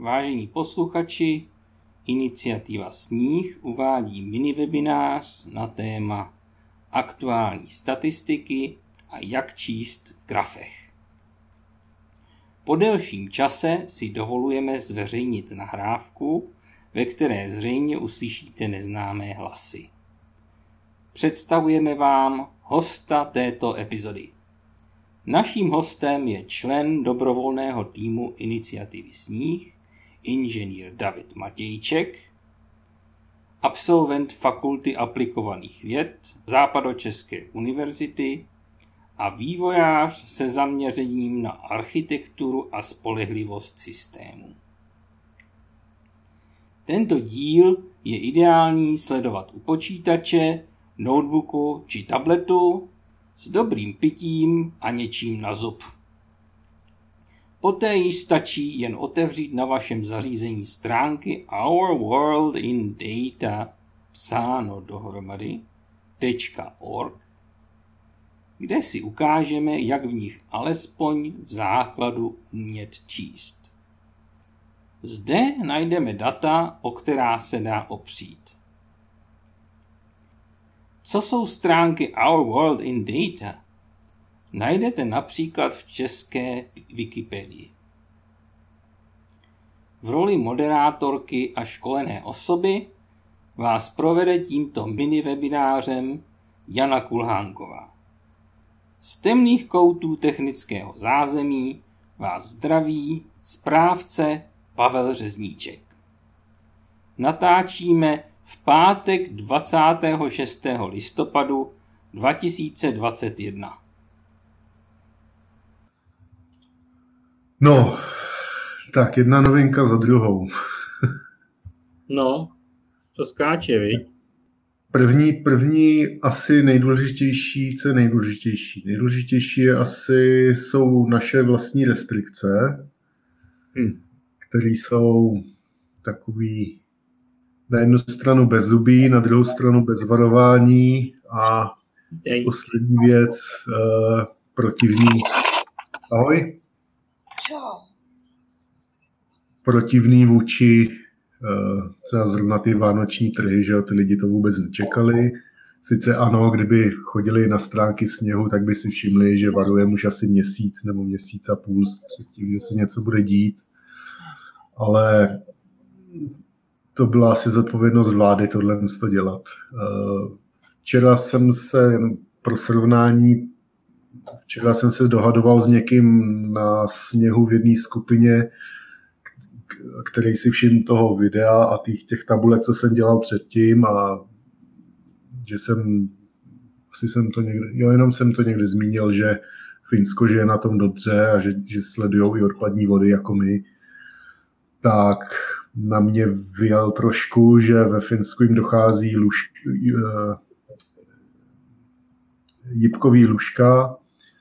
Vážení posluchači, iniciativa Sníh uvádí miniwebinář na téma aktuální statistiky a jak číst v grafech. Po delším čase si dovolujeme zveřejnit nahrávku, ve které zřejmě uslyšíte neznámé hlasy. Představujeme vám hosta této epizody. Naším hostem je člen dobrovolného týmu iniciativy Sníh, inženýr David Matějček, absolvent Fakulty aplikovaných věd Západočeské univerzity a vývojář se zaměřením na architekturu a spolehlivost systému. Tento díl je ideální sledovat u počítače, notebooku či tabletu s dobrým pitím a něčím na zub. Poté již stačí jen otevřít na vašem zařízení stránky Our World in Data psáno dohromady .org, kde si ukážeme, jak v nich alespoň v základu umět číst. Zde najdeme data, o která se dá opřít. Co jsou stránky Our World in Data? Najdete například v české Wikipedii. V roli moderátorky a školené osoby vás provede tímto mini-webinářem Jana Kulhánková. Z temných koutů technického zázemí vás zdraví správce Pavel Řezníček. Natáčíme v pátek 26. listopadu 2021. No, tak jedna novinka za druhou. No, to skáče, viď? První asi nejdůležitější, co je nejdůležitější? Nejdůležitější jsou naše vlastní restrikce, které jsou takový na jednu stranu bez zubí, na druhou stranu bez varování a poslední věc protivný. Ahoj. Protivný vůči třeba zrovna ty vánoční trhy, že ty lidi to vůbec nečekali. Sice ano, kdyby chodili na stránky Sněhu, tak by si všimli, že varujeme už asi měsíc nebo měsíc a půl tím, že se něco bude dít. Ale to byla asi zodpovědnost vlády tohle dělat. Včera jsem se dohadoval s někým na Sněhu v jedné skupině, který si všiml toho videa a těch tabulek, co jsem dělal předtím, a že jenom jsem to někdy zmínil, že Finsko, že je na tom dobře a že sledujou i odpadní vody jako my, tak na mě vyjel trošku, že ve Finsku jim dochází jipkový lůžka.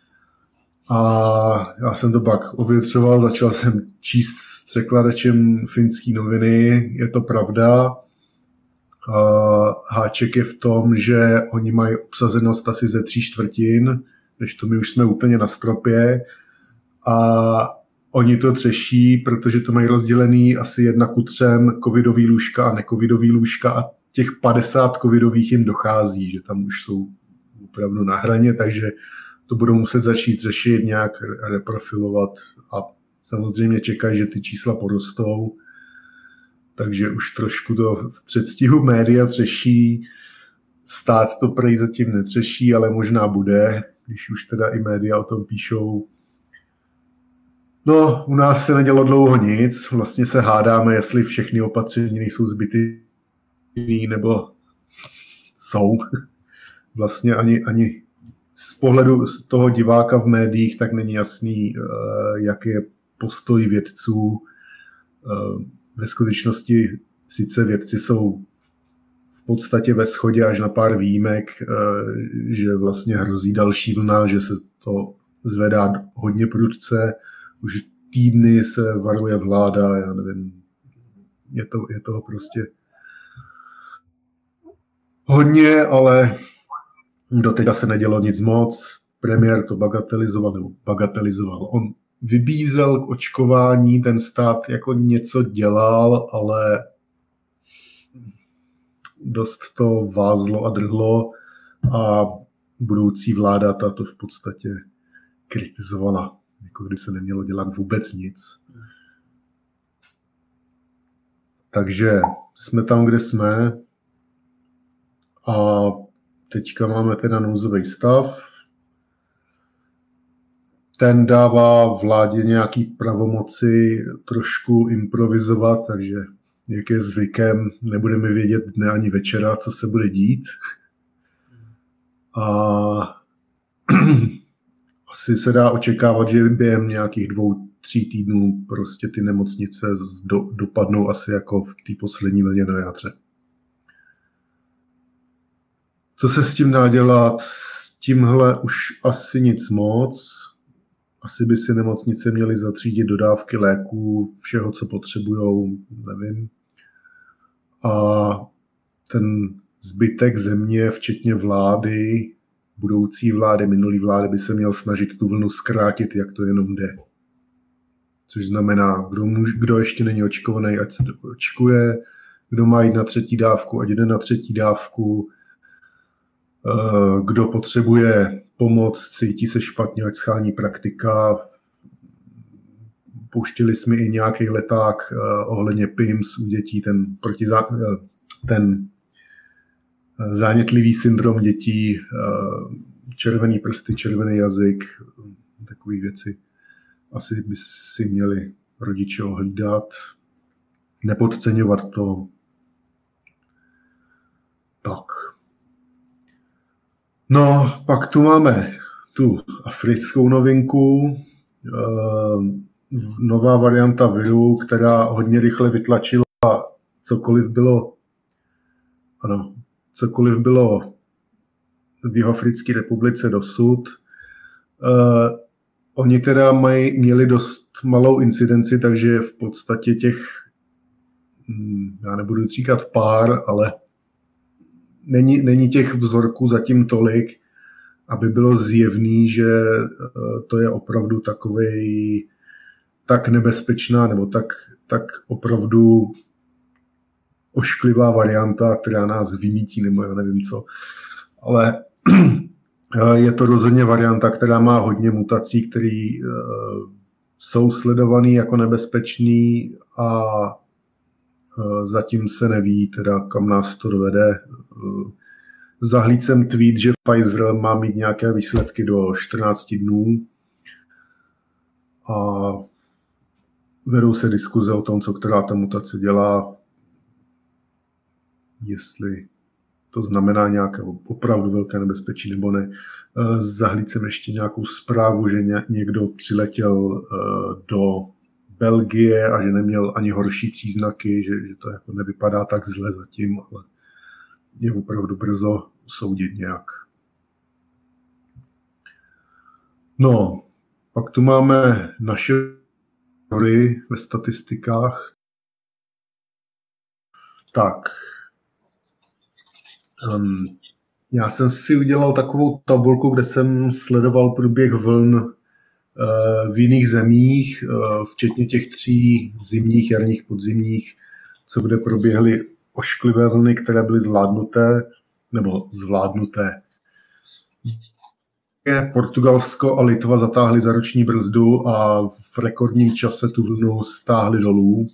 A já jsem to pak ovětřoval, začal jsem číst s překladačem finský noviny, je to pravda. Háček je v tom, že oni mají obsazenost asi ze 3/4, než to my už jsme úplně na stropě. A oni to třeší, protože to mají rozdělený asi 1:3 covidový lůžka a necovidový lůžka a těch 50 covidových jim dochází, že tam už jsou opravdu na hraně, takže to budou muset začít řešit, nějak reprofilovat a samozřejmě čekají, že ty čísla porostou. Takže už trošku to v předstihu média třeší. Stát to prej zatím netřeší, ale možná bude, když už teda i média o tom píšou. No, u nás se nedělo dlouho nic. Vlastně se hádáme, jestli všechny opatření nejsou zbytečný, nebo jsou. Vlastně ani z pohledu z toho diváka v médiích tak není jasný, jaký je postoj vědců. Ve skutečnosti sice vědci jsou v podstatě ve shodě až na pár výjimek, že vlastně hrozí další vlna, že se to zvedá hodně prudce. Už týdny se varuje vláda, já nevím, je toho prostě hodně, ale doteď se nedělo nic moc. Premiér to bagatelizoval. On vybízel k očkování, ten stát jako něco dělal, ale dost to vázlo a drhlo a budoucí vláda to v podstatě kritizovala, jako kdy se nemělo dělat vůbec nic. Takže jsme tam, kde jsme a teďka máme teda nouzový stav. Ten dává vládě nějaký pravomoci trošku improvizovat, takže jak je zvykem, nebudeme vědět dne ani večera, co se bude dít. A asi se dá očekávat, že během nějakých 2-3 týdnů prostě ty nemocnice dopadnou asi jako v té poslední vlně na jádře. Co se s tím dá dělat? S tímhle už asi nic moc. Asi by si nemocnice měly zatřídit dodávky léků, všeho, co potřebujou, nevím. A ten zbytek země, včetně vlády, budoucí vlády, minulý vlády, by se měl snažit tu vlnu zkrátit, jak to jenom jde. Což znamená, kdo ještě není očkovaný, ať se očkuje, kdo má jít na 3. dávku, ať jde na 3. dávku, kdo potřebuje pomoc, cítí se špatně, ať schání praktika. Pouštěli jsme i nějaký leták ohledně PIMS u dětí, ten zánětlivý syndrom dětí, červený prsty, červený jazyk, takové věci. Asi by si měli rodiče ohlídat, nepodceňovat to. Tak. No, pak tu máme tu africkou novinku, nová varianta viru, která hodně rychle vytlačila cokoliv bylo v Jihoafrické republice dosud. Oni teda měli dost malou incidenci, takže v podstatě těch, já nebudu říkat pár, ale není těch vzorků zatím tolik, aby bylo zjevný, že to je opravdu takovej tak nebezpečná nebo tak opravdu ošklivá varianta, která nás vymítí, nebo já nevím co. Ale je to rozhodně varianta, která má hodně mutací, které jsou sledované jako nebezpečný a zatím se neví, teda kam nás to dovede. Zahlíd jsem tweet, že Pfizer má mít nějaké výsledky do 14 dnů a vedou se diskuze o tom, co která ta mutace dělá, jestli to znamená nějaké opravdu velké nebezpečí nebo ne. Zahlíd jsem ještě nějakou zprávu, že někdo přiletěl do Belgie a že neměl ani horší příznaky, že to jako nevypadá tak zle zatím, ale je opravdu brzo soudit nějak. No, pak tu máme naše hory ve statistikách. Tak. Já jsem si udělal takovou tabulku, kde jsem sledoval průběh vln v jiných zemích, včetně těch 3 zimních, jarních, podzimních, co kde proběhly ošklivé vlny, které byly zvládnuté. Portugalsko a Litva zatáhly za roční brzdu a v rekordním čase tu vlnu stáhli dolů.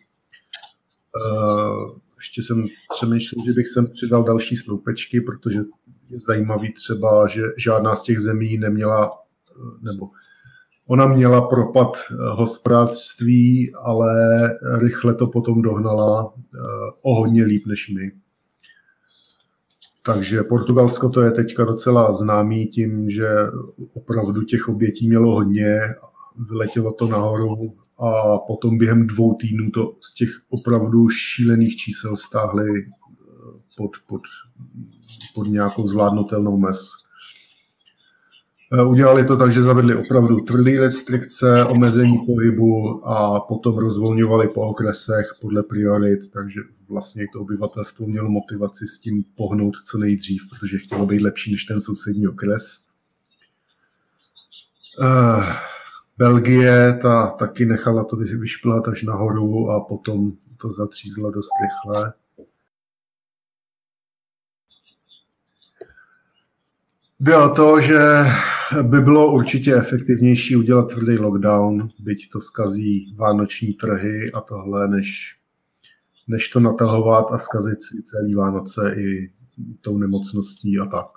Ještě jsem přemýšlel, že bych sem přidal další sloupečky, protože je zajímavý třeba, že žádná z těch zemí neměla, nebo ona měla propad hospodářství, ale rychle to potom dohnala o hodně líp než my. Takže Portugalsko to je teďka docela známý tím, že opravdu těch obětí mělo hodně, vyletělo to nahoru a potom během 2 týdnů to z těch opravdu šílených čísel stáhli pod nějakou zvládnutelnou mez. Udělali to tak, že zavedli opravdu tvrdé restrikce, omezení pohybu a potom rozvolňovali po okresech podle priorit, takže vlastně to obyvatelstvo mělo motivaci s tím pohnout co nejdřív, protože chtělo být lepší než ten sousední okres. Belgie, ta taky nechala to vyšplat až nahoru a potom to zatřízla dost rychle. Bylo to, že by bylo určitě efektivnější udělat tvrdý lockdown, byť to zkazí vánoční trhy a tohle, než to natahovat a zkazit si celý Vánoce i tou nemocností a tak.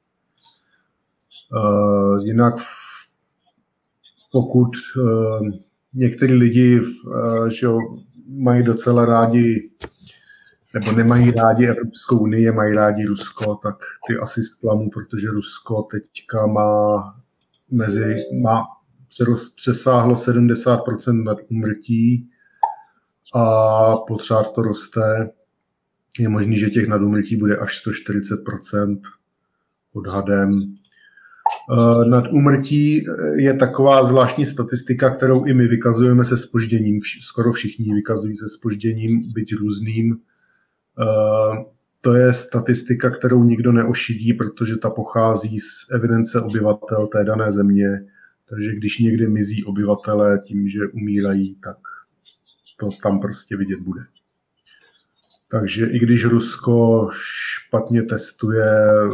Jinak pokud některý lidi že mají docela rádi nebo nemají rádi Evropskou unii, mají rádi Rusko, tak ty asi zklamu, protože Rusko teďka přesáhlo 70% nad úmrtí a pořád to roste. Je možný, že těch nadúmrtí bude až 140% odhadem. Nad úmrtí je taková zvláštní statistika, kterou i my vykazujeme se zpožděním. Skoro všichni vykazují se zpožděním, byť různým. To je statistika, kterou nikdo neošidí, protože ta pochází z evidence obyvatel té dané země. Takže když někde mizí obyvatelé tím, že umírají, tak to tam prostě vidět bude. Takže i když Rusko špatně testuje,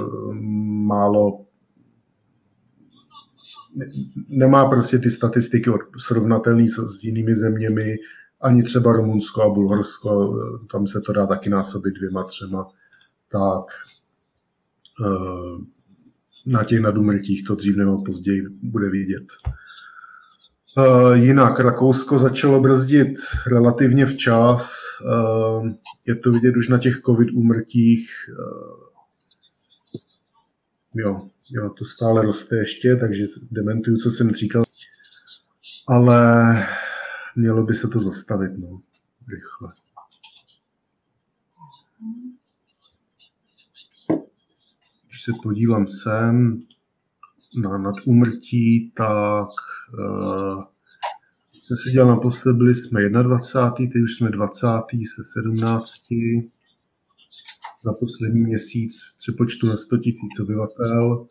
nemá prostě ty statistiky srovnatelné s jinými zeměmi, ani třeba Rumunsko a Bulharsko, tam se to dá taky násobit 2, 3, tak na těch nadúmrtích to dřív nebo později bude vidět. Jinak Rakousko začalo brzdit relativně včas. Je to vidět už na těch covid úmrtích. Jo, to stále roste ještě, takže dementuju, co jsem říkal. Ale mělo by se to zastavit, rychle. Když se podívám sem na nadúmrtí, tak jsem si dělal naposled, byli jsme 21. teď už jsme 20. se 17. Za poslední měsíc v přepočtu na 100 000 obyvatel.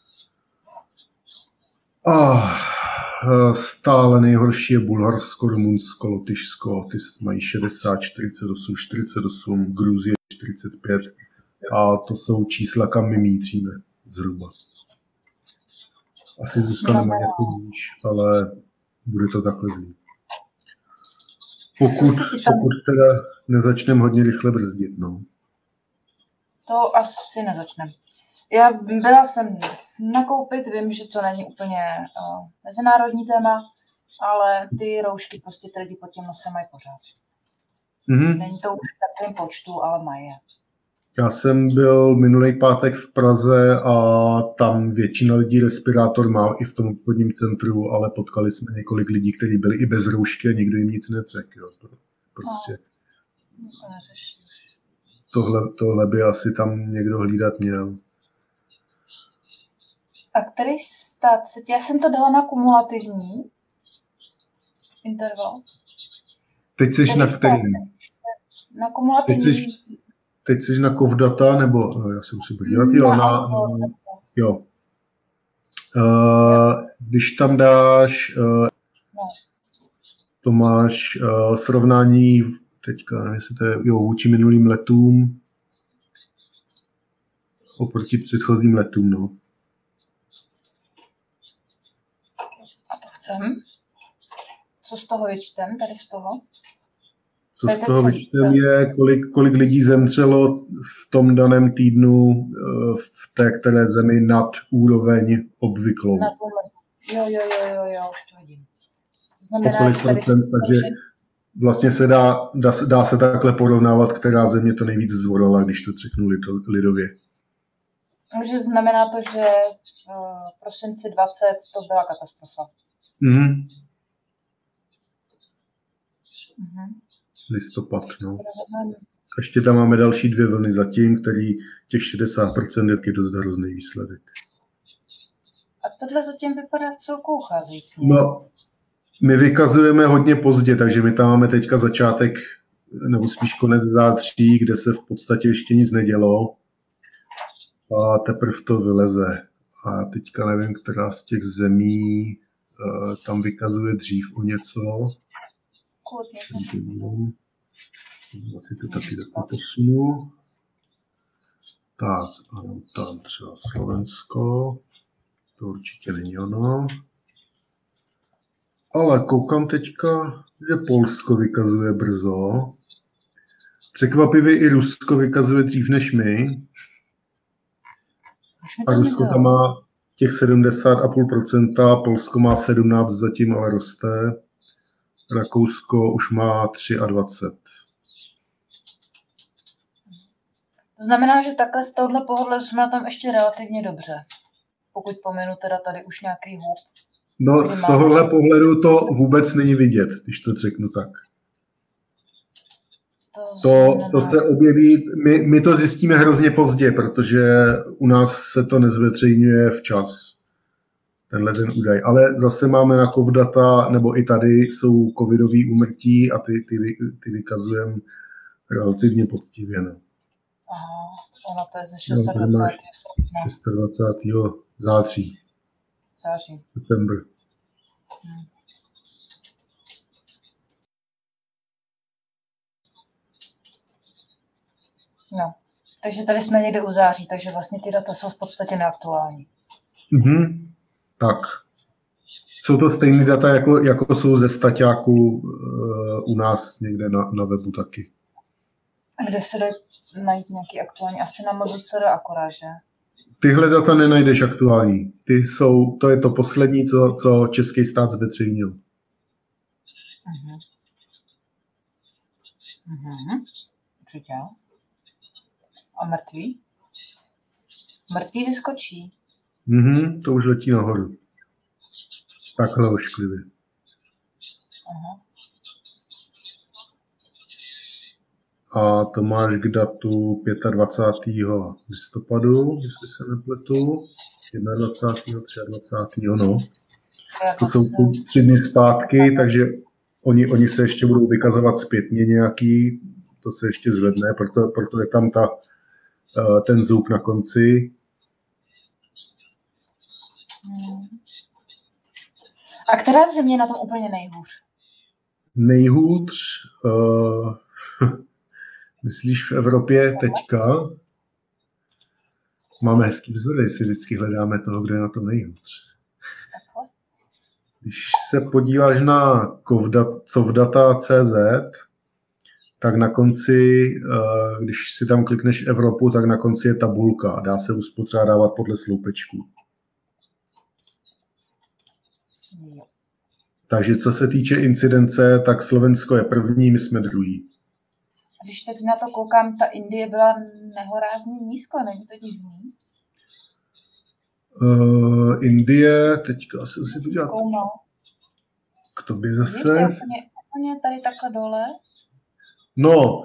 A stále nejhorší je Bulharsko, Rumunsko, Lotyšsko. Ty mají 60, 48, 48, Gruzie 45. A to jsou čísla, kam my míříme zhruba. Asi zůstaneme jako níž, ale bude to takhle znít. Pokud teda nezačneme hodně rychle brzdit, To asi nezačneme. Já byla jsem nakoupit, vím, že to není úplně mezinárodní téma, ale ty roušky prostě ty lidi pod tím nosem mají pořád. Mm-hmm. Není to už v takovém počtu, ale mají je. Já jsem byl minulý pátek v Praze a tam většina lidí respirátor má i v tom obchodním centru, ale potkali jsme několik lidí, kteří byli i bez roušky a nikdo jim nic neřekl. Prostě tohle by asi tam někdo hlídat měl. A který stát? Já jsem to dala na kumulativní interval. Teď jsi na kterým? Na kumulativní. Teď jsi na Covdata, nebo já se musím podívat, jo. Když tam dáš, to máš srovnání, teďka nevím, jestli to je, vůči minulým letům, oproti předchozím letům, A to chcem. Co z toho vyčtem, tady z toho? Co z toho vyčtem je, kolik lidí zemřelo v tom daném týdnu v té které zemi nad úroveň obvyklou. Jo, už to vidím. To znamená, že tady takže vlastně se dá se takhle porovnávat, která země to nejvíc zvolila, když to řeknu lidově. Takže znamená to, že v prosinci 20 to byla katastrofa. Mhm. Mhm. Listopad, Ještě tam máme další 2 vlny zatím, který těch 60% je dost hrozný výsledek. A tohle zatím vypadá celkou ucházející. No, my vykazujeme hodně pozdě, takže my tam máme teďka začátek, nebo spíš konec září, kde se v podstatě ještě nic nedělo. A teprve to vyleze. A teďka nevím, která z těch zemí tam vykazuje dřív o něco. Asi to taky takhle posunu. Tak, ano, tam třeba Slovensko. To určitě není ono. Ale koukám teďka, že Polsko vykazuje brzo. Překvapivě i Rusko vykazuje dřív než my. A Rusko tam má těch 70,5%, Polsko má 17 zatím, ale roste. Rakousko už má 23. To znamená, že takhle z tohohle pohledu jsme na tom ještě relativně dobře. Pokud pominu teda tady už nějaký hub. No, z tohohle pohledu to vůbec není vidět, když to řeknu tak. To se objeví, my to zjistíme hrozně pozdě, protože u nás se to nezveřejňuje včas, tenhle ten údaj. Ale zase máme na COVData, nebo i tady jsou covidový úmrtí a ty vykazujeme relativně poctivě. No. Aha, ono to je ze 26. 26. září. September. No, takže tady jsme někde u září, takže vlastně ty data jsou v podstatě neaktuální. Tak. Jsou to stejné data, jako jsou ze staťáku u nás někde na webu taky. A kde se dá najít nějaký aktuální? Asi na MZCR akorát, že? Tyhle data nenajdeš aktuální. To je to poslední, co český stát zveřejnil. Určitě. A mrtví? Mrtví vyskočí. To už letí nahoru. Takhle ošklivě. A to máš k datu 25. listopadu, jestli se nepletu. 21. 23. No. To jsou 3 dny zpátky, takže oni se ještě budou vykazovat zpětně nějaký, to se ještě zvedne, proto je tam ten zub na konci. A která země je na tom úplně nejhůř? Nejhůř? Myslíš v Evropě teďka? Máme hezký vzory, si vždycky hledáme toho, kdo je na tom nejhůř. Když se podíváš na covdata.cz, tak na konci, když si tam klikneš Evropu, tak na konci je tabulka a dá se uspořádávat podle sloupečků. Takže co se týče incidence, tak Slovensko je první, my jsme druhý. Když teď na to koukám, ta Indie byla nehorázně nízko, není to divný? Indie, teďka si musím podívat. K tobě zase. Úplně tady takhle dole. No,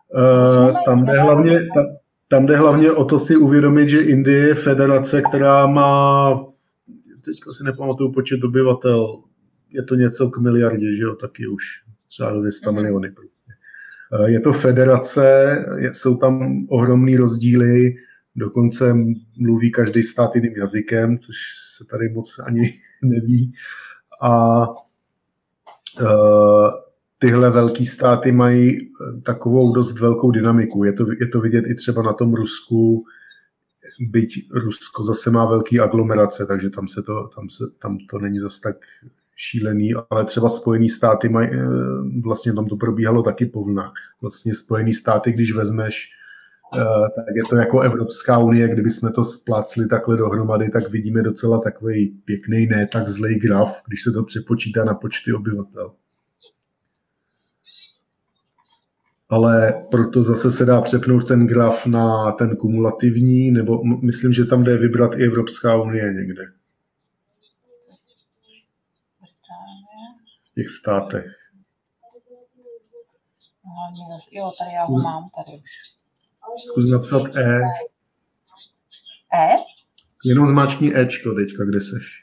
tam jde hlavně o to si uvědomit, že Indie je federace, která má, teďka si nepamatuju počet obyvatel, je to něco k miliardě, že jo, taky už třeba 200 miliony. Je to federace, jsou tam ohromný rozdíly, dokonce mluví každý stát jiným jazykem, což se tady moc ani neví. A tyhle velký státy mají takovou dost velkou dynamiku. Je to vidět i třeba na tom Rusku, byť Rusko zase má velký aglomerace, takže tam to není zase tak šílený, ale třeba Spojený státy mají, vlastně tam to probíhalo taky po vlnách. Vlastně Spojený státy, když vezmeš, tak je to jako Evropská unie, kdyby jsme to splácli takhle dohromady, tak vidíme docela takový pěkný, ne tak zlej graf, když se to přepočítá na počty obyvatel. Ale proto zase se dá přepnout ten graf na ten kumulativní, nebo myslím, že tam jde vybrat i Evropská unie někde. V těch státech. Jo, tady já ho mám, tady už. Zkus napsat E. E? Jenom zmáčkni Ečko teďka, kde seš.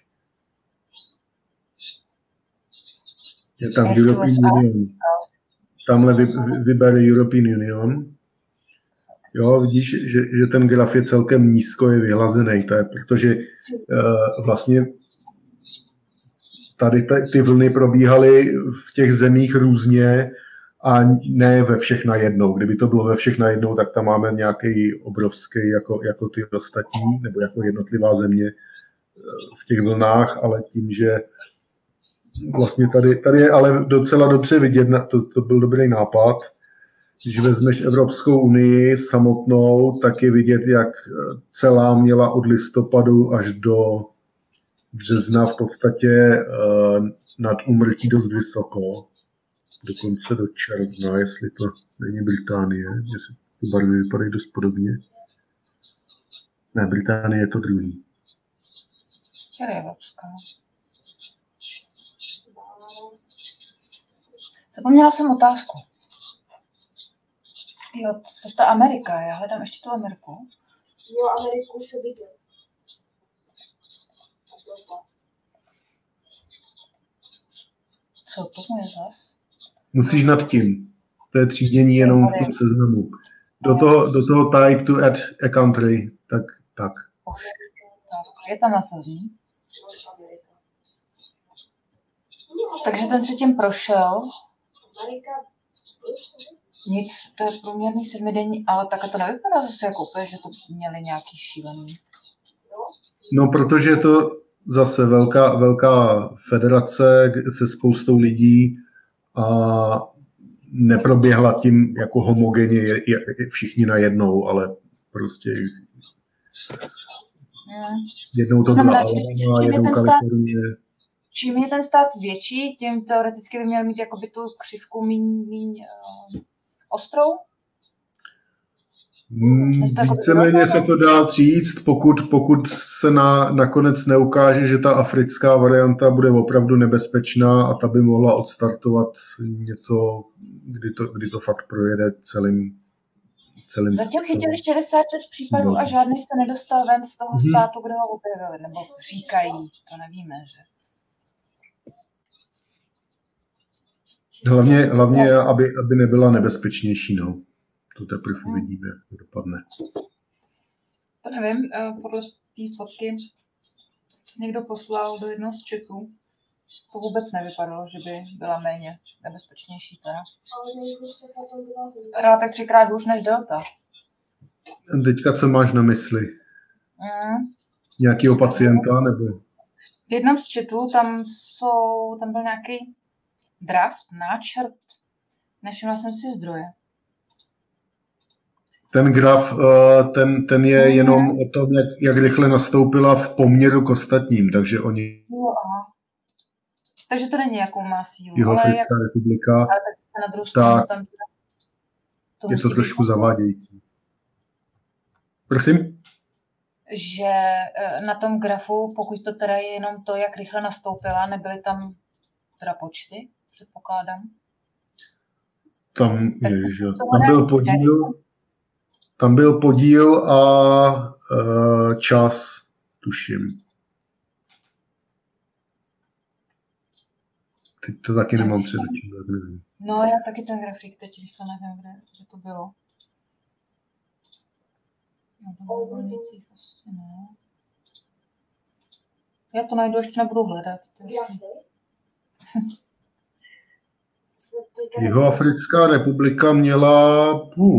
Je tam European Union. Tamhle vybere European Union. Jo, vidíš, že ten graf je celkem nízko, je vyhlazený, to je, protože vlastně tady ty vlny probíhaly v těch zemích různě a ne ve všech najednou. Kdyby to bylo ve všech najednou, tak tam máme nějaký obrovský jako ty ostatní, nebo jako jednotlivá země v těch vlnách, ale tím, že vlastně tady je ale docela dobře vidět, to byl dobrý nápad, když vezmeš Evropskou unii samotnou, tak je vidět, jak celá měla od listopadu až do března v podstatě nad úmrtí dost vysoko, dokonce do června, jestli to není Británie, jestli ty barvy vypadají dost podobně. Ne, Británie je to druhý. Tady je Evropská. Zapomněla jsem otázku. Jo, co ta Amerika? Já hledám ještě tu Ameriku. Jo, Ameriku se viděl. Co tomu je zas? Musíš nad tím. To je třídění jenom v tom seznamu. Do toho type to add a country. Tak. Tak, je tam nasazení. Takže ten se tím prošel. Nic, to je průměrný 7denní, ale tak to nevypadá zase jako úplně, že to měli nějaký šílený. No, protože je to zase velká federace se spoustou lidí a neproběhla tím jako homogenně všichni najednou, ale prostě jednou to byla Alabama, jednou Kalifornie. Čím je ten stát větší, tím teoreticky by měl mít jakoby tu křivku míň ostrou? Víceméně se to dá říct, pokud se nakonec neukáže, že ta africká varianta bude opravdu nebezpečná a ta by mohla odstartovat něco, kdy to fakt projede celým Zatím chytili 66 případů a žádný se nedostal ven z toho státu, kde ho objevili, nebo říkají, to nevíme, že? Hlavně aby nebyla nebezpečnější, no. To teprve uvidíme, jak to dopadne. To nevím, podle té fotky, co někdo poslal do jednoho z chatů, to vůbec nevypadalo, že by byla méně nebezpečnější teda. Ale tak 3krát hůř než Delta. Teďka co máš na mysli? Nějakýho pacienta nebo? V jednom z chatů tam byl nějaký draft, náčrt, nevšimla jsem si zdroje. Ten graf, ten je jenom o tom, jak rychle nastoupila v poměru k ostatním, takže oni... Jo, aha. Takže to není jakou má sílu. Jihoafrická republika. Ale tak se na druhou stranu tam... Je to trošku zavádějící. Prosím? Že na tom grafu, pokud to teda je jenom to, jak rychle nastoupila, nebyly tam teda počty, předpokládám. Tam byl podíl a čas, tuším. Teď to taky nemám před očima. No, já taky ten grafik teď rychle nevím, kde to bylo. Asi ne. Já to najdu, ještě nebudu hledat. Jihoafrická republika měla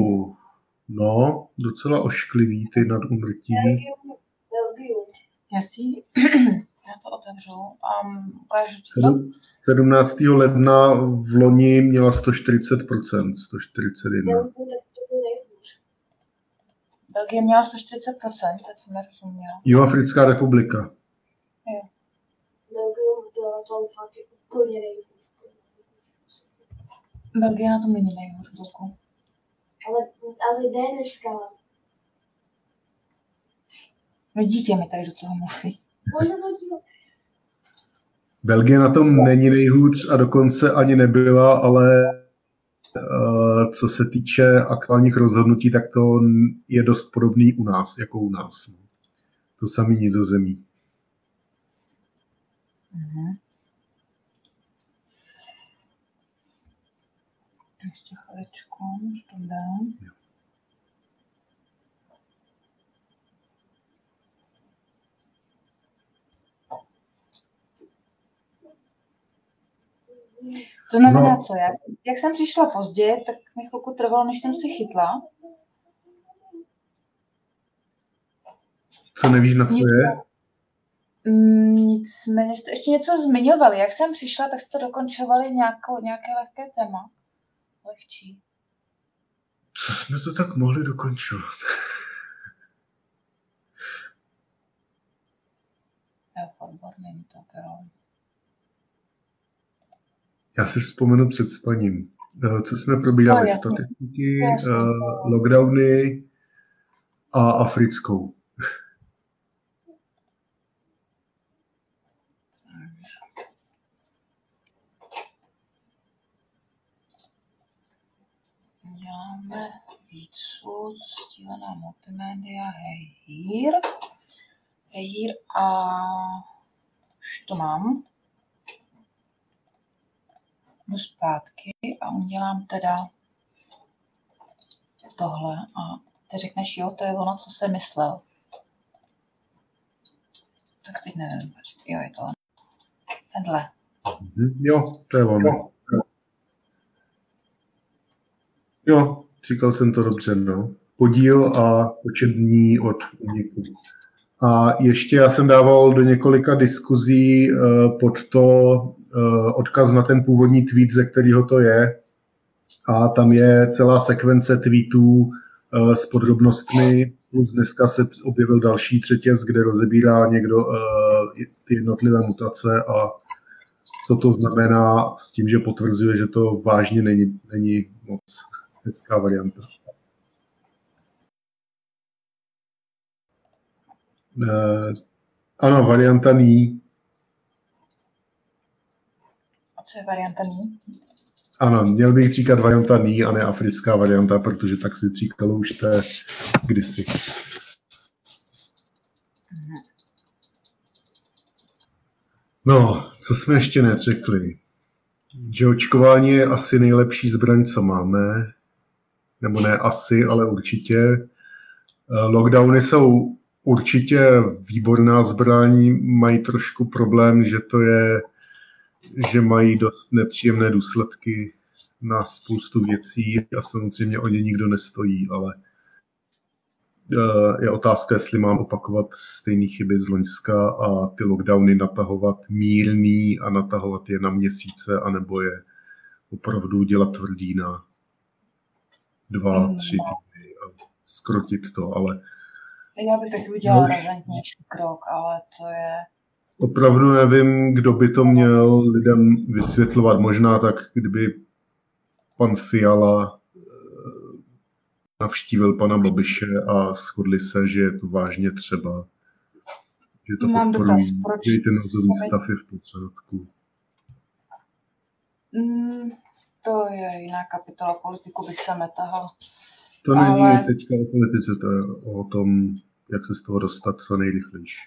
docela ošklivý ty nad úmrtí. Já to otevřu a ukážu to. 17. ledna v loni měla 140%, 141. Belgie měla 140%, teď jsem nerozuměla. Jihoafrická republika. Jo. Belgie na tom není nejhůř, Boku. Ale jde dneska. No dítě mi tady do toho mluví. Belgie na tom není nejhůř a dokonce ani nebyla, ale co se týče aktuálních rozhodnutí, tak to je dost podobný u nás, jako u nás. To samé Nizozemí. Ještě chviličku, už to dám. To znamená No. co? Jak jsem přišla pozdě, tak mi chvilku trvalo, než jsem se chytla. Co nevíš, na co Nic- je? Nicméně jste ještě něco zmiňovali. Jak jsem přišla, tak jste dokončovali nějaké lehké téma. Lehčí. Co jsme to tak mohli dokončovat? Jo, odborným to bylo. Já si vzpomenu před spaním. Co jsme probírali? No, jasně. Statistiky, Jasně. lockdowny a africkou. Děláme výcud, sdílená multimédia, hej here a už to mám. Jdu zpátky a udělám teda tohle a ty řekneš, jo, to je ono, co jsem myslel. Tak teď nevím, jo, je to ono. Tenhle. Jo, to je ono. Jo, říkal jsem to dobře, no. Podíl a počet dní od úniku. A ještě já jsem dával do několika diskuzí pod to odkaz na ten původní tweet, ze kterého to je. A tam je celá sekvence tweetů s podrobnostmi. Plus dneska se objevil další třetěz, kde rozebírá někdo ty jednotlivé mutace a co to znamená s tím, že potvrzuje, že to vážně není moc hezká varianta. Ano, varianta ní. A co je varianta ní? Ano, měl bych říkat varianta ní a ne africká varianta, protože tak si říkalo už té kdysi. No, co jsme ještě neřekli? Že očkování je asi nejlepší zbraň, co máme. Nebo ne asi, ale určitě. Lockdowny jsou určitě výborná zbraň, mají trošku problém, že mají dost nepříjemné důsledky na spoustu věcí a samozřejmě o ně nikdo nestojí, ale je otázka, jestli mám opakovat stejné chyby z loňska a ty lockdowny natahovat mírný a natahovat je na měsíce, anebo je opravdu dělat tvrdý na 2-3 týdny a zkrotit to, ale Já bych taky udělala razantnější krok, ale to je... Opravdu nevím, kdo by to měl lidem vysvětlovat. Možná tak, kdyby pan Fiala navštívil pana Babiše a shodli se, že je to vážně třeba. Že to Mám podporují, dotaz, proč že ten nouzový se mi- stav je v pořádku. To je jiná kapitola, politiku bych se netahal. To není Ale- teďka o politice, to je o tom, jak se z toho dostat co nejrychlejší.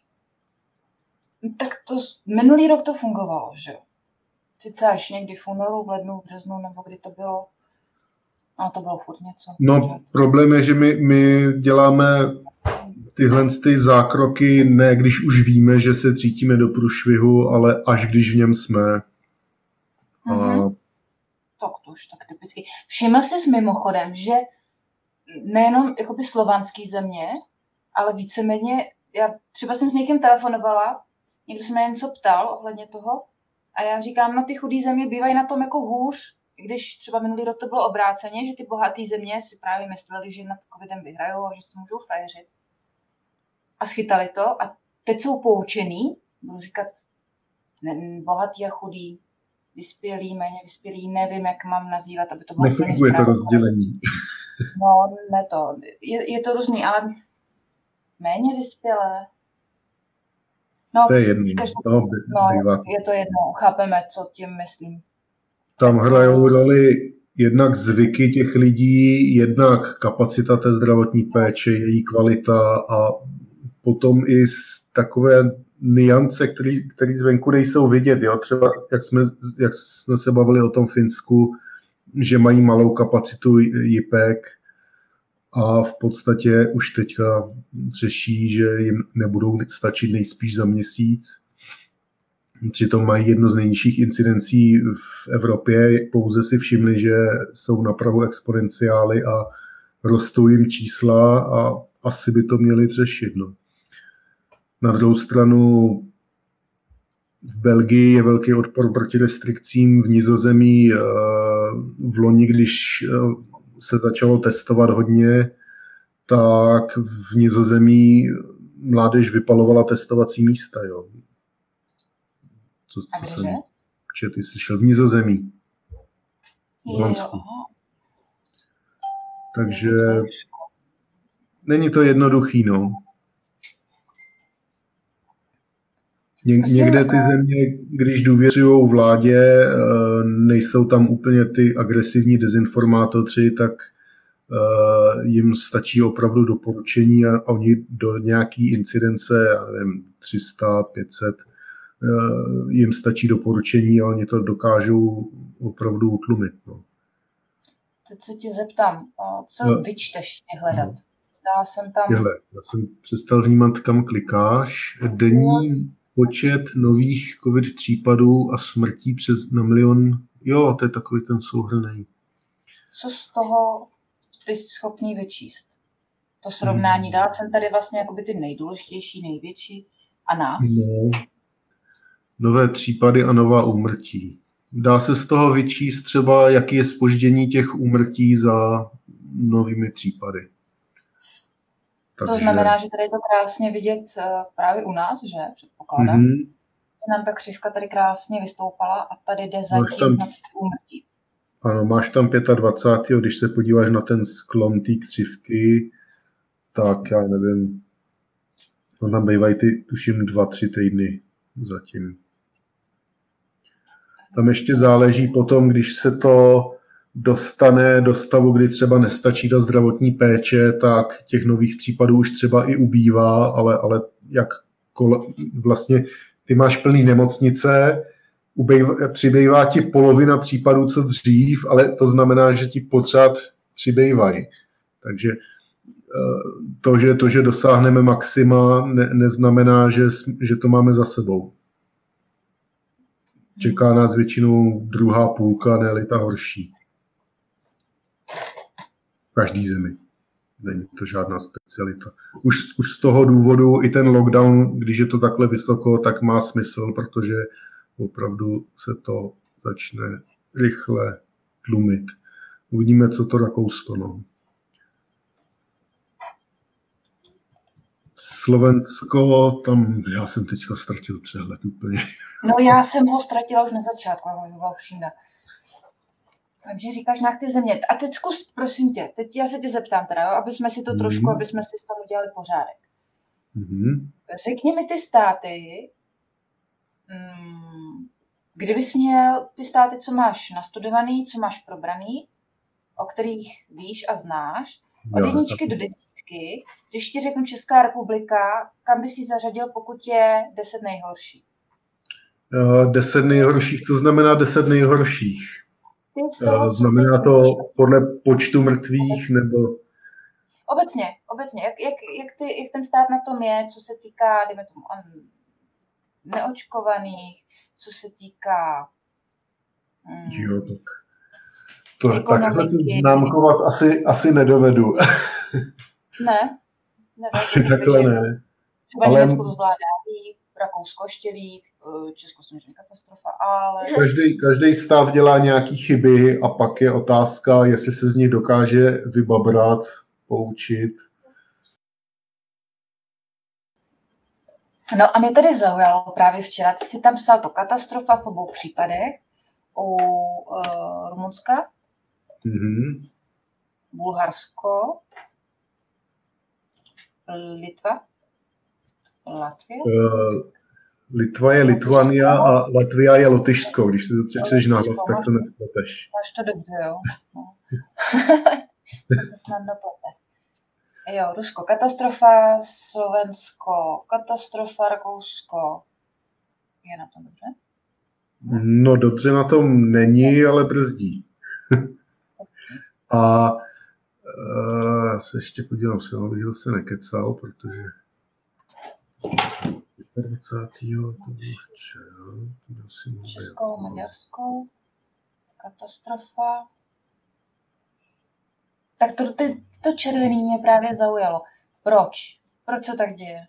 Tak to minulý rok to fungovalo, že jo? Sice až někdy v únoru, v lednu, v březnu, nebo kdy to bylo. Ale to bylo furt něco. No, problém je, že my děláme tyhle ty zákroky ne když už víme, že se cítíme do průšvihu, ale až když v něm jsme. A Tak to už tak typicky. Všiml jsi mimochodem, že nejenom jakoby slovanský země, ale víceméně, já třeba jsem s někým telefonovala, někdo se mě něco ptal ohledně toho a já říkám, no ty chudý země bývají na tom jako hůř, když třeba minulý rok to bylo obráceně, že ty bohatý země si právě mysleli, že nad covidem vyhrajou a že se můžou frajeřit. A schytali to a teď jsou poučený, budu říkat bohatý a chudý, vyspělý, méně vyspělý, nevím, jak mám nazývat, aby to bylo úplně nefunguje to správně. rozdělení. No, ne to. Je to různý, ale méně vyspělé. No, To je jedno. no, Bývá. je to jedno, chápeme, co tím myslím. Tam hrajou roli jednak zvyky těch lidí, jednak kapacita té zdravotní péče, její kvalita a potom i takové nuance, které zvenku nejsou vidět. Jo? Třeba jak jsme se bavili o tom Finsku, že mají malou kapacitu JIPek a v podstatě už teďka řeší, že jim nebudou stačit nejspíš za měsíc. Přitom mají jednu z nejnižších incidencí v Evropě, pouze si všimli, že jsou napravo exponenciály a rostou jim čísla a asi by to měli řešit. No. Na druhou stranu v Belgii je velký odpor proti restrikcím, v Nizozemí v loni, když se začalo testovat hodně, tak v Nizozemí mládež vypalovala testovací místa. Jo. Co jsem ty slyšel v Nizozemí. V Holandsku. Takže není to jednoduchý, no. Někde ty země, když důvěřují vládě, nejsou tam úplně ty agresivní dezinformátoři, tak jim stačí opravdu doporučení a oni do nějaký incidence, já nevím, 300, 500, jim stačí doporučení a oni to dokážou opravdu utlumit. No. Teď se tě zeptám, co vyčteš z těch hledat? Dala jsem tam... Já jsem přestal vnímat, kam klikáš. Denní počet nových covid případů a smrtí přes na milion. Jo, to je takový ten souhrnný. Co z toho ty jsi schopný vyčíst? To srovnání. Dala jsem tady vlastně jakoby ty nejdůležitější, největší a nás. No. Nové případy a nová úmrtí. Dá se z toho vyčíst třeba, jaký je zpoždění těch úmrtí za novými případy. To znamená, že tady je to krásně vidět právě u nás, že? Předpokládám. Nám ta křivka tady krásně vystoupala a tady jde zatím na úmrtí. Ano, máš tam 25. Když se podíváš na ten sklon té křivky, tak já nevím, tam bývají ty, tuším, 2-3 týdny zatím. Tam ještě záleží potom, když se to dostane do stavu, kdy třeba nestačí ta zdravotní péče, tak těch nových případů už třeba i ubývá, ale jak vlastně ty máš plný nemocnice, přibývá ti polovina případů, co dřív, ale to znamená, že ti pořád přibývají. Takže to, že dosáhneme maxima, neznamená, že to máme za sebou. Čeká nás většinou druhá půlka, ne-li ta horší. V každý zemi. Není to žádná specialita. Už z toho důvodu i ten lockdown, když je to takhle vysoko, tak má smysl, protože opravdu se to začne rychle tlumit. Uvidíme, co to Rakousko. No. Slovensko, tam já jsem teďka ztratil přehled úplně. No já jsem ho ztratila už na začátku, jak byla upřímná. Takže říkáš na ty země. A teď zkus, prosím tě, teď já se tě zeptám teda, jo, aby jsme si to trošku, aby jsme si s tom udělali pořádek. Řekni mi ty státy, kdybys měl ty státy, co máš nastudovaný, co máš probraný, o kterých víš a znáš, od 1 do 10, když ti řeknu Česká republika, kam bys ji zařadil, pokud je 10 nejhorší? 10 nejhorších, co znamená 10 nejhorších? Toho, znamená to podle počtu mrtvých nebo... Obecně. Jak ten stát na tom je, co se týká, dejme tomu, neočkovaných, co se týká... Jo, tak... Takhle to známkovat asi nedovedu. Ne. Asi takhle ne. Třeba Německo to zvládá líp, Rakousko ještě líp, Česko samozřejmě katastrofa, ale... Každý stát dělá nějaký chyby a pak je otázka, jestli se z nich dokáže vybabrat, poučit. No a mě tady zaujalo právě včera, ty jsi tam psal to katastrofa v obou případech, u Rumunska, Bulharsko, Litva, Latvie. Litva je Litvania a Latvia je Lotyšsko. Když si to přečteš na hlas, tak to nespleteš. Máš to dobře, jo. No. To snadno plete. Jo, Rusko, katastrofa, Slovensko, katastrofa, Rakousko. Je na tom dobře? No dobře na tom není, ale brzdí. A se ještě podívám se, abych se nekecal, protože 20. to bylo včera. Česko, Maďarsko, katastrofa. Tak to červený mě právě zaujalo. Proč? Proč se tak děje?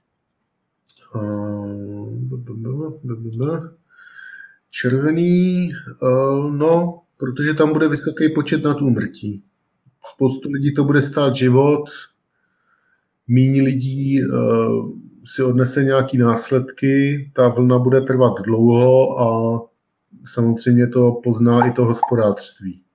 Červený, no, protože tam bude vysoký počet nadúmrtí. Spoustu lidí to bude stát život, míň lidí si odnese nějaký následky, ta vlna bude trvat dlouho a samozřejmě to pozná i to hospodářství.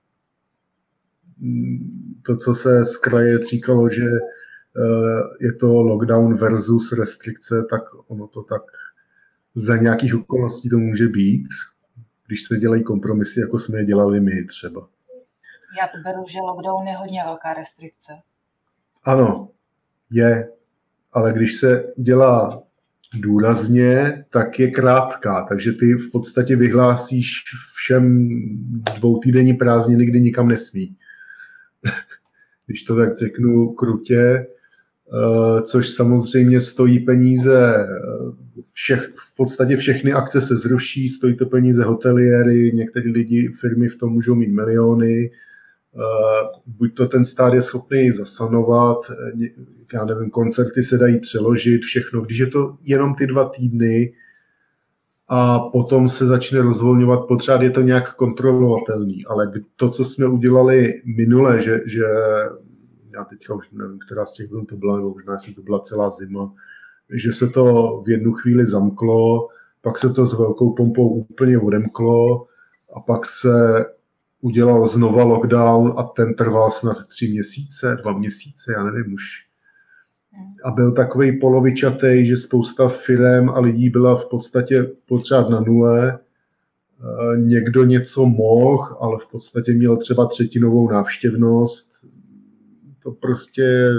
To, co se z kraje říkalo, že je to lockdown versus restrikce, tak ono to tak za nějakých okolností to může být, když se dělají kompromisy, jako jsme je dělali my třeba. Já to beru, že lockdown je hodně velká restrikce. Ano, je, ale když se dělá důrazně, tak je krátká, takže ty v podstatě vyhlásíš všem 2týdenní prázdniny, kdy nikam nesmí. Když to tak řeknu krutě, což samozřejmě stojí peníze, v podstatě všechny akce se zruší, stojí to peníze hoteliéry, některé lidi, firmy v tom můžou mít miliony, buď to ten stát je schopný zasanovat, já nevím, koncerty se dají přeložit, všechno, když je to jenom ty 2 týdny a potom se začne rozvolňovat, potřeba je to nějak kontrolovatelný, ale to, co jsme udělali minule, že já teďka už nevím, která z těch vln to byla, nebo možná jestli to byla celá zima, že se to v jednu chvíli zamklo, pak se to s velkou pompou úplně odemklo a pak se udělal znova lockdown a ten trval snad 3 měsíce, 2 měsíce, já nevím už. A byl takovej polovičatej, že spousta firem a lidí byla v podstatě pořád na nule. Někdo něco mohl, ale v podstatě měl třeba 3tinovou návštěvnost. To prostě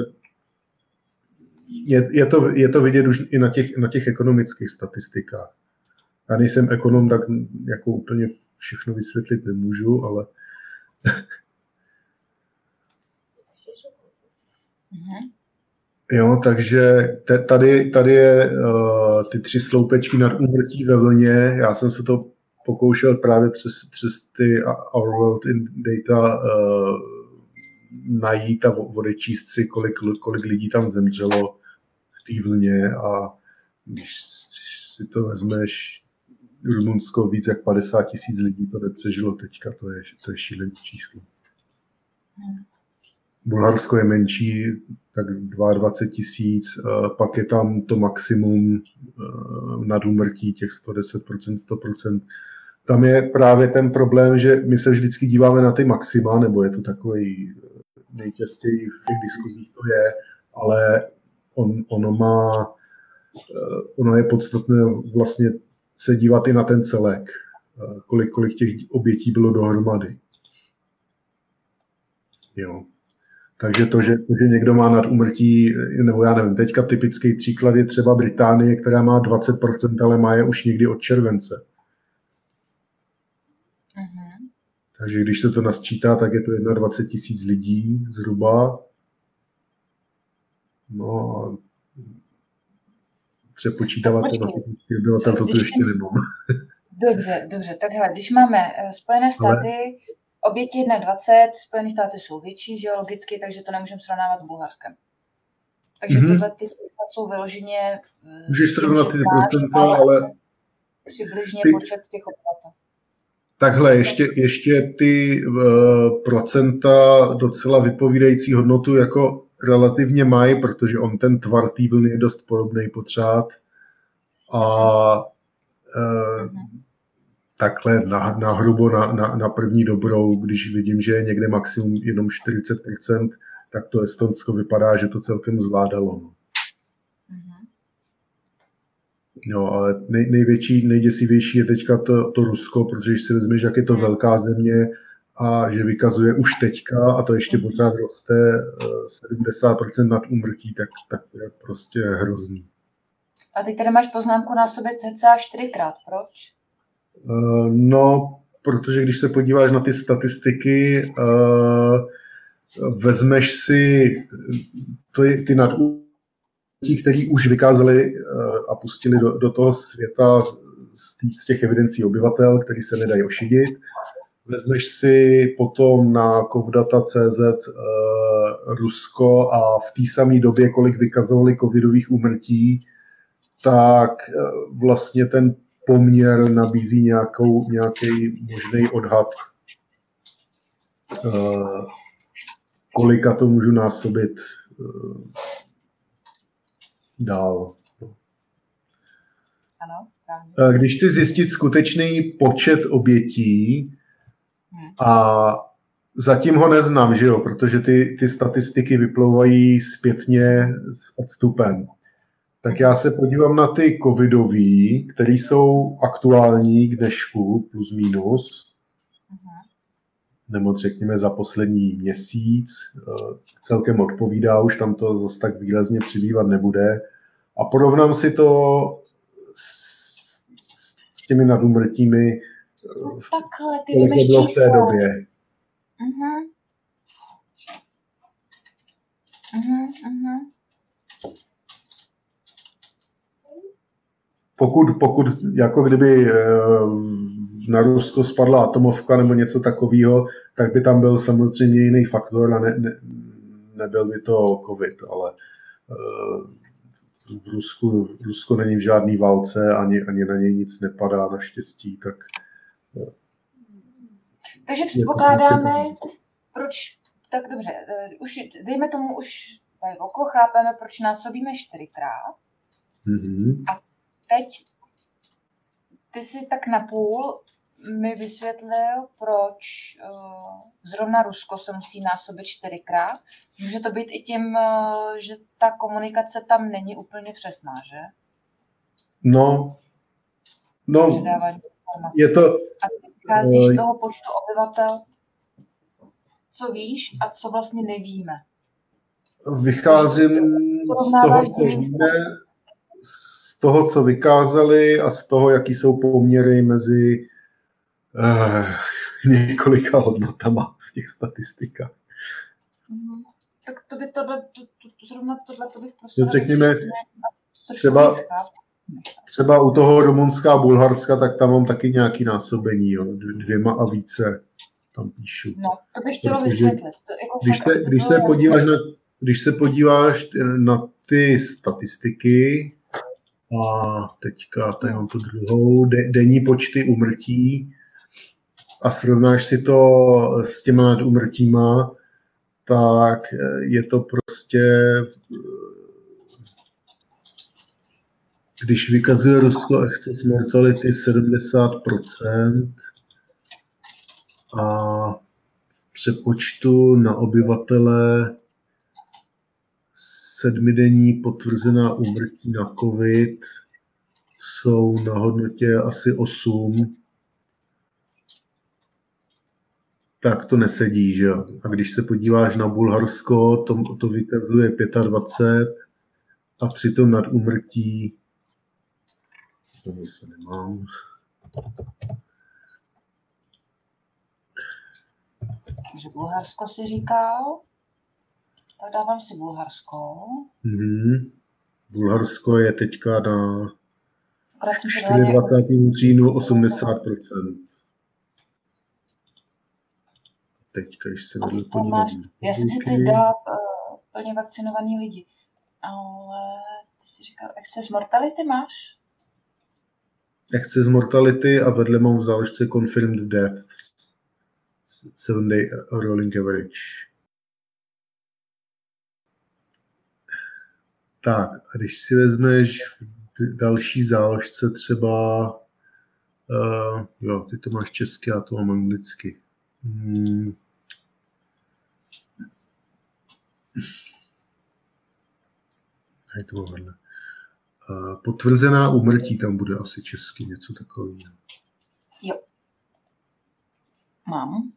je to vidět už i na těch ekonomických statistikách. Já nejsem ekonom, tak jako úplně všechno vysvětlit nemůžu, ale... Jo, takže tady je ty 3 sloupečky nad úmrtí ve vlně. Já jsem se to pokoušel právě přes ty Our World in Data najít a odečíst si, kolik lidí tam zemřelo v té vlně a když si to vezmeš, Rumunsko víc jak 50 000 lidí to nepřežilo teďka, to je šílený číslo. Bulharsko je menší, tak 22 000, pak je tam to maximum nad úmrtí, těch 110%, 100%. Tam je právě ten problém, že my se vždycky díváme na ty maxima, nebo je to takový nejčastěji v těch diskuzích to je, ale ono je podstatné vlastně se dívat i na ten celek, kolik těch obětí bylo dohromady. Jo. Takže to, že někdo má nad úmrtí, nebo já nevím, teďka typický příklad je třeba Británie, která má 20%, ale má je už někdy od července. Takže když se to nasčítá, tak je to 21 000 lidí zhruba. No a přepočítávat to na ty obyvatel, to ještě nemám. Dobře, tak hele, když máme Spojené státy, oběti 21, Spojené státy jsou větší geologicky, takže to nemůžeme srovnávat s Bulharskem. Takže tyhle ty jsou vyloženě... Můžeš srovnat ty procenta, ale... Přibližně počet těch obyvatel. Takhle, ještě ty procenta docela vypovídající hodnotu jako relativně mají, protože on ten tvar té vlny je dost podobný pořád. A takhle nahrubo na první dobrou, když vidím, že je někde maximum jenom 40%, tak to Estonsko vypadá, že to celkem zvládalo. No, ale nejděsivější je teďka to Rusko, protože když si vezmeš, jak je to velká země a že vykazuje už teďka, a to ještě pořád roste 70% nad úmrtí, tak to je prostě hrozný. A ty tady máš poznámku na sobě cca 4krát, proč? No, protože když se podíváš na ty statistiky, vezmeš si ty nad ti, kteří už vykázali a pustili do toho světa z těch evidencí obyvatel, který se nedají ošidit. Vezmeš si potom na covdata.cz Rusko a v té samé době, kolik vykazovali covidových úmrtí, tak vlastně ten poměr nabízí nějaký možný odhad, kolika to můžu násobit dál. Ano, právě. Když chci zjistit skutečný počet obětí, a zatím ho neznám, že jo, protože ty statistiky vyplouvají zpětně s odstupem. Tak já se podívám na ty covidový, které jsou aktuální k dnešku, plus minus. Nebo řekněme za poslední měsíc. Celkem odpovídá, už tam to zase tak výrazně přibývat nebude. A porovnám si to s těmi nadúmrtími, Takhle, ty kolik vymeš to bylo v té číslo. době. Pokud jako kdyby na Rusko spadla atomovka nebo něco takového, tak by tam byl samozřejmě jiný faktor a nebyl by to covid, ale v Rusko není v žádný válce, ani na něj nic nepadá naštěstí, tak... Takže předpokládáme, proč, tak dobře, už dejme tomu už oko, chápeme, proč násobíme 4krát. A teď ty si tak napůl mi vysvětlil, proč zrovna Rusko se musí násobit 4krát. Může to být i tím, že ta komunikace tam není úplně přesná, že? No, Předávání informací. je to... A ty vycházíš z toho počtu obyvatel, co víš a co vlastně nevíme. Vycházím z toho, co vykázali a z toho, jaký jsou poměry mezi několika hodnotama v těch statistikách. Tak to by zrovna tohle bych prosila. Řekněme, třeba u toho Rumunská a Bulharska, tak tam mám taky nějaký násobení, jo, 2 a více tam píšu. No, to bych chtěla vysvětlit. To Když se podíváš na ty statistiky, a teďka tady mám tu druhou, denní počty úmrtí a srovnáš si to s těma nadúmrtíma, tak je to prostě, když vykazuje Rusko excess mortality 70% a v přepočtu na obyvatele 7denní potvrzená úmrtí na COVID jsou na hodnotě asi 8, tak to nesedí, že jo. A když se podíváš na Bulharsko, to vykazuje 25 a přitom nad úmrtí to nemám. Takže Bulharsko si říkal, tak dávám si Bulharsko. Bulharsko je teďka na 24. říjnu 80%. Teďka, když se vedle podívám. Já jsem si teď dala plně vakcinovaný lidi, ale ty si říkal, excess mortality máš? Excess mortality a vedle mám v záložce confirmed death. 7-day rolling average. Tak, a když si vezmeš v další záložce třeba, jo, ty to máš česky, já to mám anglicky. Tady to mám vedle. Potvrzená úmrtí tam bude asi česky, něco takového. Jo. Mám.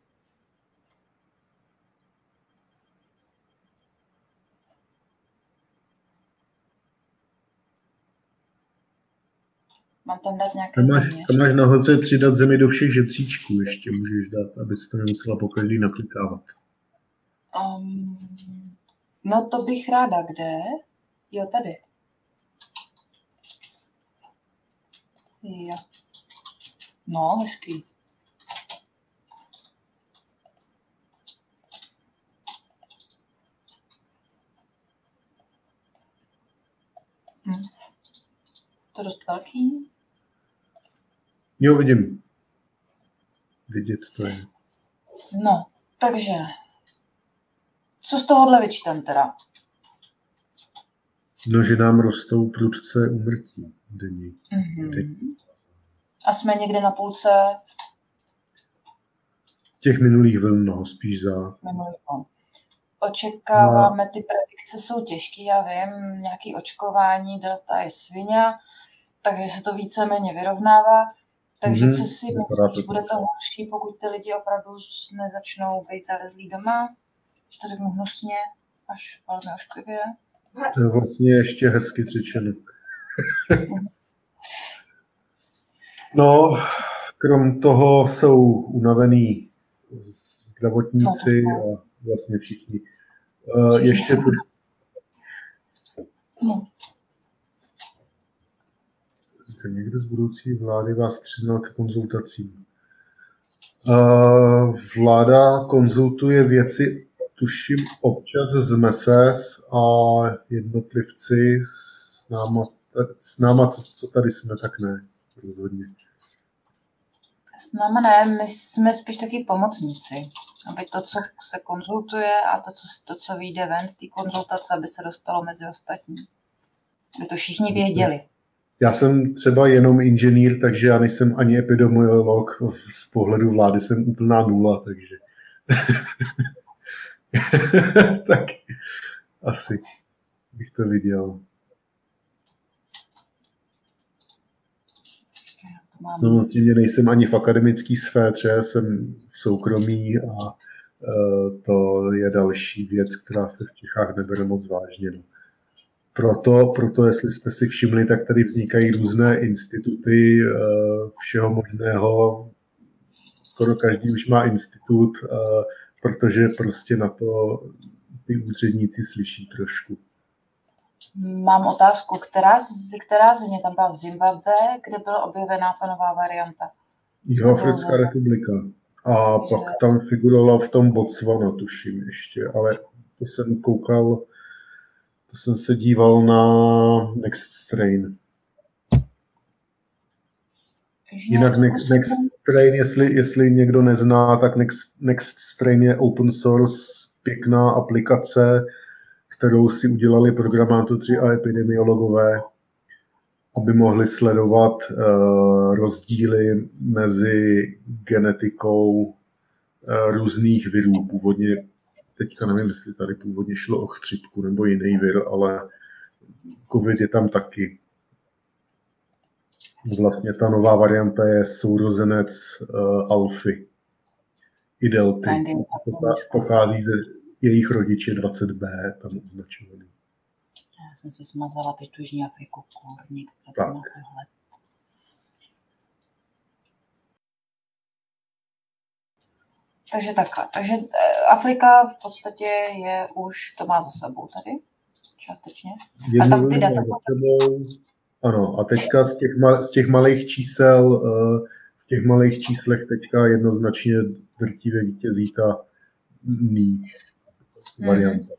Mám tam dát nějaké země. Tam máš nahoře přidat zemi do všech žebříčků ještě můžeš dát, aby se to nemusela po každý naklikávat. No to bych ráda, kde? Jo, tady. Jo. No, hezký. To dost velký. Jo, vidím. Vidět to je. No, takže co z tohohle vyčtem teda? No, že nám rostou prudce úmrtí denní. A jsme někde na půlce Těch minulých vln, no, spíš za. minulých vln. Očekáváme, ty predikce jsou těžké, já vím, nějaký očkování, delta je svině, takže se to víceméně vyrovnává. Takže co si myslíš, bude to horší, pokud ty lidi opravdu nezačnou být zalezlí doma? Když to řeknu hnusně, až velmi ošklivě. To je vlastně ještě hezky řečeno. No, krom toho jsou unavený zdravotníci a vlastně všichni. Ještě co... No. Někdo z budoucí vlády vás přiznal k konzultacím. Vláda konzultuje věci, tuším, občas z MESES a jednotlivci s náma, co tady jsme, tak ne, rozhodně. S náma ne, my jsme spíš taky pomocníci, aby to, co se konzultuje a to, co vyjde ven z té konzultace, aby se dostalo mezi ostatní. Aby to všichni věděli. Já jsem třeba jenom inženýr, takže já nejsem ani epidemiolog. Z pohledu vlády jsem úplná nula, takže... tak asi bych to viděl. Samozřejmě nejsem ani v akademické sféře, jsem v soukromí a to je další věc, která se v Čechách nebere moc vážně. Proto, jestli jste si všimli, tak tady vznikají různé instituty všeho možného. Skoro každý už má institut, protože prostě na to ty úředníci slyší trošku. Mám otázku, která země tam byla? Zimbabwe, kde byla objevená ta nová varianta? Jihoafrická republika. A pak tam figurovala v tom Botswana, tuším ještě, ale to jsem koukal, to jsem se díval na Next Strain. Jinak Next Strain, jestli někdo nezná, tak Next Strain je open source, pěkná aplikace, kterou si udělali programátoři a epidemiologové, aby mohli sledovat rozdíly mezi genetikou různých virů. Původně, teďka nevím, jestli tady původně šlo o chřipku nebo jiný vir, ale covid je tam taky. Vlastně ta nová varianta je sourozenec alfy i delty. Pochází ze jejich rodiče 20B, tam označovaný. Já jsem si smazala teď tu Jižní Afriku, kurník. Tak. Takže takhle. Takže Afrika v podstatě to má za sebou tady, částečně. A tam ty data ano, a teďka z těch malých čísel, v těch malých číslech teďka jednoznačně drtivě vítězí ta varianta.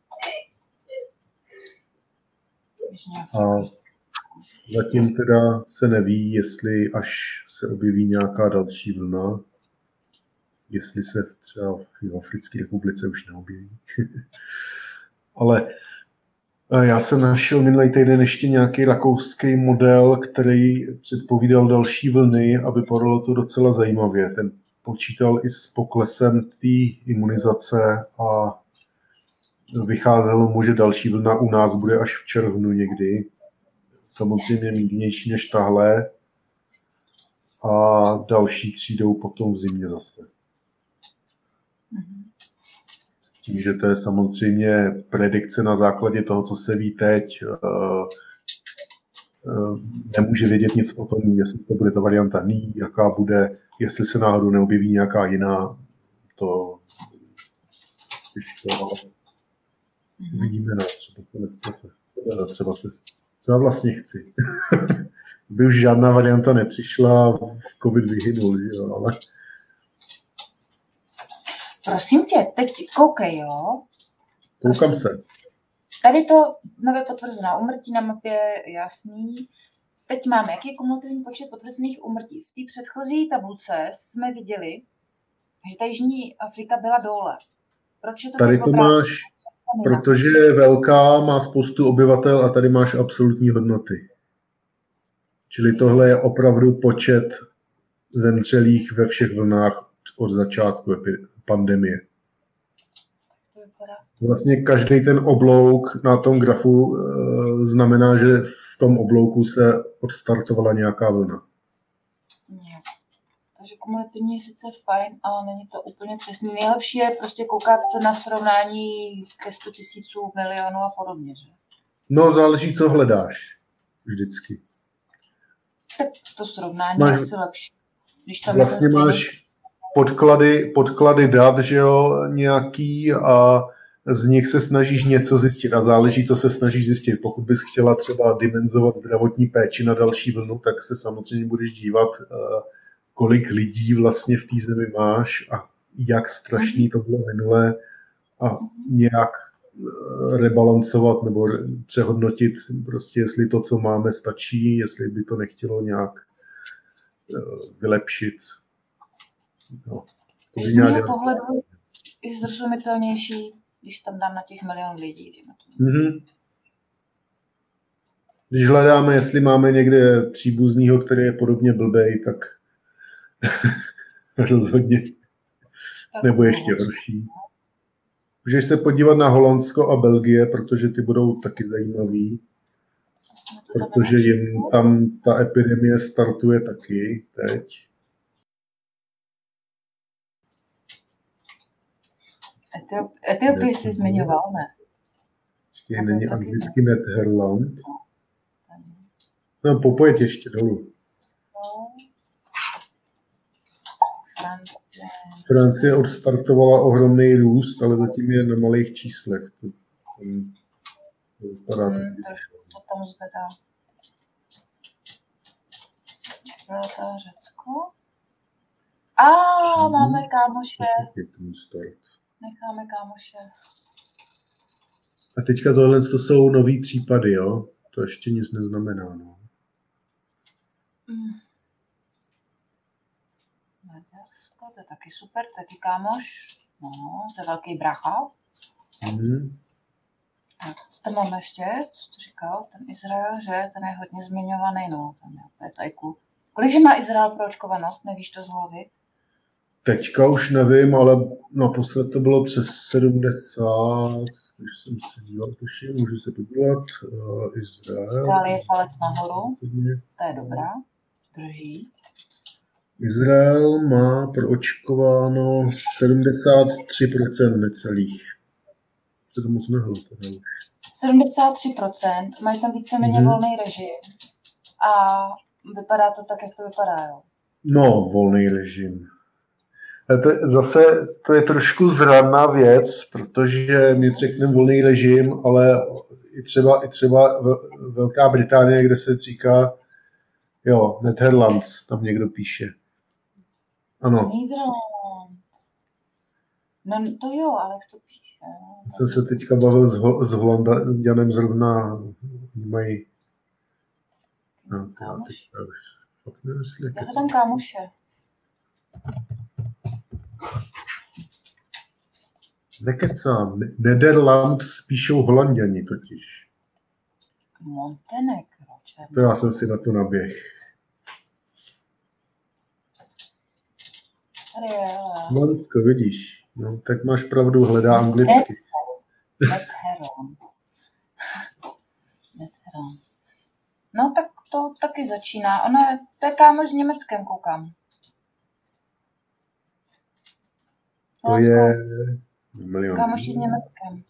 A zatím teda se neví, jestli až se objeví nějaká další vlna, jestli se třeba v Africké republice už neobjeví. Ale já jsem našel minulý týden ještě nějaký rakouský model, který předpovídal další vlny a vypadalo to docela zajímavě. Ten počítal i s poklesem té imunizace a vycházelo mu, že další vlna u nás bude až v červnu někdy. Samozřejmě mírnější než tahle. A další přijdou potom v zimě zase. S tím, že to je samozřejmě predikce na základě toho, co se ví teď. Nemůže vědět nic o tom, jestli to bude ta varianta ní, jaká bude, jestli se náhodou neobjeví nějaká jiná. To ale vidíme, třeba se nesplete. Třeba vlastně chci. by už žádná varianta nepřišla, v covid vyhynul, že jo, ale... Prosím tě, teď koukej, jo? Koukám se. Tady to nově potvrzená úmrtí na mapě je jasný. Teď máme, jaký je kumulativní počet potvrzených úmrtí. V té předchozí tabulce jsme viděli, že ta Jižní Afrika byla dole. Proč je to Tady tak to máš, protože je velká, má spoustu obyvatel a tady máš absolutní hodnoty. Čili tohle je opravdu počet zemřelých ve všech vlnách od začátku pandemie. Vlastně každý ten oblouk na tom grafu znamená, že v tom oblouku se odstartovala nějaká vlna. Takže kumulativní je sice fajn, ale není to úplně přesný. Nejlepší je prostě koukat na srovnání ke 100 000 milionů a podobně, že? No, záleží, co hledáš. Vždycky. Tak to srovnání je asi lepší. Když tam vlastně je máš podklady dat, že jo, nějaký a z nich se snažíš něco zjistit a záleží, co se snažíš zjistit. Pokud bys chtěla třeba dimenzovat zdravotní péči na další vlnu, tak se samozřejmě budeš dívat, kolik lidí vlastně v té zemi máš a jak strašný to bylo minulé a nějak rebalancovat nebo přehodnotit prostě, jestli to, co máme, stačí, jestli by to nechtělo nějak vylepšit. No, z mého pohledu je zrozumitelnější, když tam dám na těch milion lidí. Mm-hmm. Když hledáme, jestli máme někde příbuznýho, který je podobně blbej, tak rozhodně. Nebo ještě horší. Můžeš se podívat na Holandsko a Belgie, protože ty budou taky zajímavý. Protože jim tam ta epidemie startuje taky teď. Etiopii jsi zmiňoval, ne? Je není anglicky Netherland. No, popojď ještě dolů. Francie odstartovala ohromný růst, ale zatím je na malých číslech. To vypadá trošku to tam zvedá. Gibraltar, Řecko. Máme kámoše. Necháme kámoše. A teďka tohle to jsou nový případy, jo? To ještě nic neznamená, no. Maďarsko, to je taky super, taky kámoš. No, to je velký brácha. Tak, co tam máme ještě? Co jsi to říkal? Ten Izrael, že? Ten je hodně zmiňovaný, no. Tam je tajku. Kolikže má Izrael proočkovanost? Nevíš to z hlavy? Teďka už nevím, ale naposled to bylo přes 70. Když jsem se díval, tuším, můžu se podívat. Izrael. Itálie je palec nahoru. To je dobrá. Drží. Izrael má proočkováno 73% necelých. Se to moc nehlo. 73%, mají tam víceméně volný režim. A vypadá to tak, jak to vypadá, jo? No, volný režim. Zase to je trošku zradná věc, protože my řekneme volný režim, ale i třeba Velká Británie, kde se říká, jo, Netherlands, tam někdo píše. Ano. Nederland. No to jo, Alex to píše. Jsem se teďka bavil s Holanďanem zrovna, mají... No, já hledám kámoše. Nekecám. Nederlands píšou Holanďani totiž. Montenegro. To já jsem si na to naběh. Holandsko, vidíš. No, tak máš pravdu, hledá anglicky. Netherland. No tak to taky začíná. To je kámoš s Německem, koukám. To je milion. Kámoši s Německem.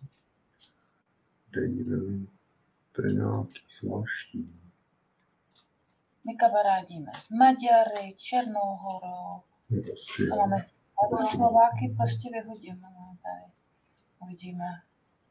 To je nějaký zvláštní. My kamarádíme s Maďary, Černou Horou. Máme ty Slováky prostě vyhodíme. Tady uvidíme.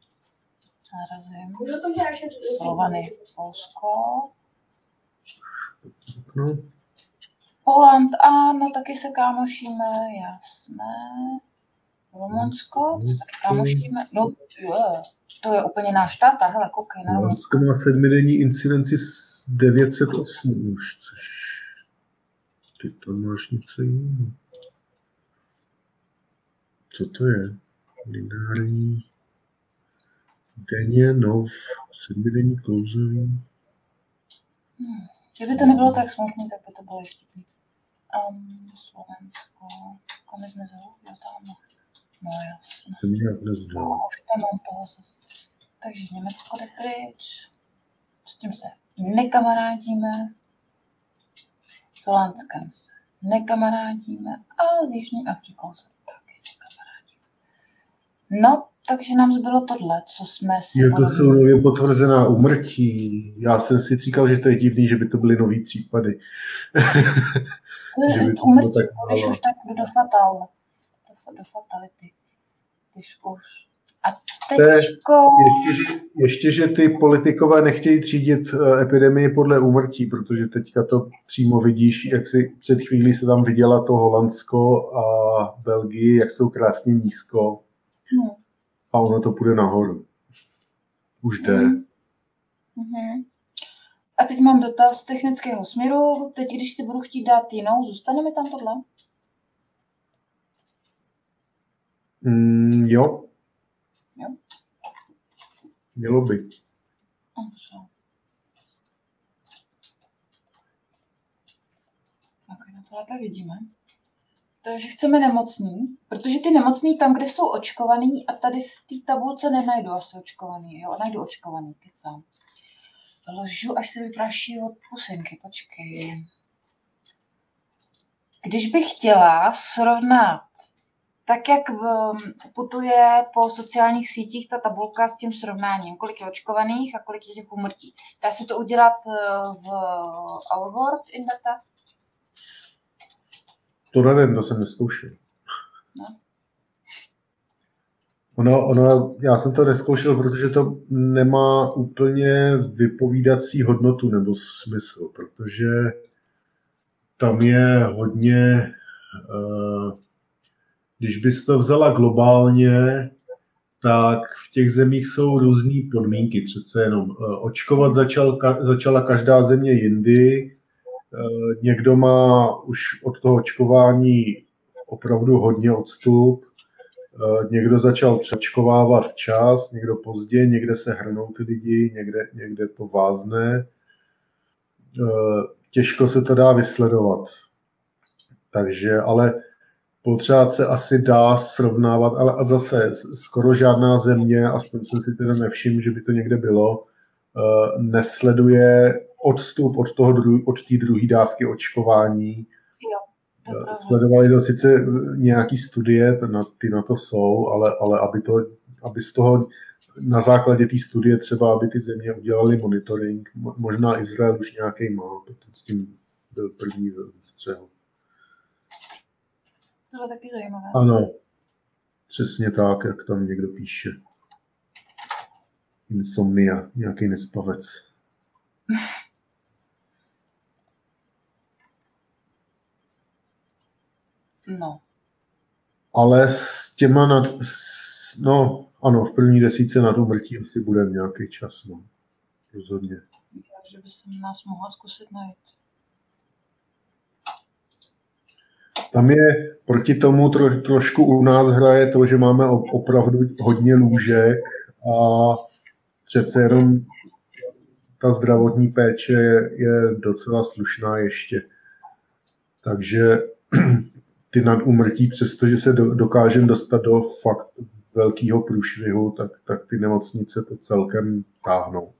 Narazím. Slovany, Polsko. No. Poland, ano, taky se kámošíme, jasné. Rumunsko, to se taky kámošíme. No, to je úplně náš táta, hele, koukej na Rumunsko. Rumunsko má 7denní incidenci z 908 už, což ty tam máš něco jiného. Co to je? Lineární denně, nov, 7denní klouzový. Kdyby to nebylo tak smutný, tak by to bylo vtipný. Slovensko, kam jsme zhruba, tam. No jasně. To mě jak nezdá. Už nemám toho zase. Takže Německo jde pryč. S tím se nekamarádíme. S Holandskem se nekamarádíme. A s Jižní Afrikou se taky nekamarádíme. No, takže nám zbylo tohle, co jsme si To jsou nově potvrzená úmrtí. Já jsem si říkal, že to je divný, že by to byly nový případy. Úmrtí, když už tak do fatal. Do fatality. Když už. A teďko... Ještě, že ty politikové nechtějí třídit epidemii podle úmrtí, protože teďka to přímo vidíš, jak si před chvílí se tam viděla to Holandsko a Belgii, jak jsou krásně nízko. A ono to půjde nahoru. Už jde. A teď mám dotaz technického směru. Teď, když si budu chtít dát jinou, zůstane mi tam tohle? Jo. Jo? Mělo by. Dobře. Tak, na to lépe vidíme. Takže chceme nemocný, protože ty nemocný tam, kde jsou očkovaný, a tady v té tabulce nenajdu asi očkovaný, jo? Najdu očkovaný, kecám. Lžu, až se vypraší od pusinky, počkej. Když bych chtěla srovnat, tak jak putuje po sociálních sítích ta tabulka s tím srovnáním, kolik je očkovaných a kolik je těch úmrtí. Dá se to udělat v Our World in Data? To nevím, to jsem neskoušel. No. Ono, já jsem to neskoušel, protože to nemá úplně vypovídací hodnotu nebo smysl, protože tam je hodně, když bys to vzala globálně, tak v těch zemích jsou různé podmínky přece jenom. Očkovat začala každá země jindy, někdo má už od toho očkování opravdu hodně odstup, někdo začal přeočkovávat včas, někdo pozdě, někde se hrnou ty lidi, někde to vázne. Těžko se to dá vysledovat. Takže, ale pořád se asi dá srovnávat, ale a zase skoro žádná země, aspoň jsem si teda nevšiml, že by to někde bylo, nesleduje odstup od té druhé dávky očkování. Sledovali to sice nějaký studie, ty na to jsou, ale aby z toho na základě té studie třeba, aby ty země udělali monitoring, možná Izrael už nějaký má, protože s tím byl první střel. To je taky zajímavé. Ano, přesně tak, jak tam někdo píše. Insomnia, nějaký nespavec. No. Ale s těma ano, v první desítce nad úmrtí asi bude nějaký čas, no. Rozhodně. Takže by se nás mohla zkusit najít. Tam je proti tomu trošku u nás hraje to, že máme opravdu hodně lůžek a přece jenom ta zdravotní péče je docela slušná ještě. Takže ty nadúmrtí, přestože se dokážeme dostat do fakt velkého průšvihu, tak ty nemocnice to celkem táhnou.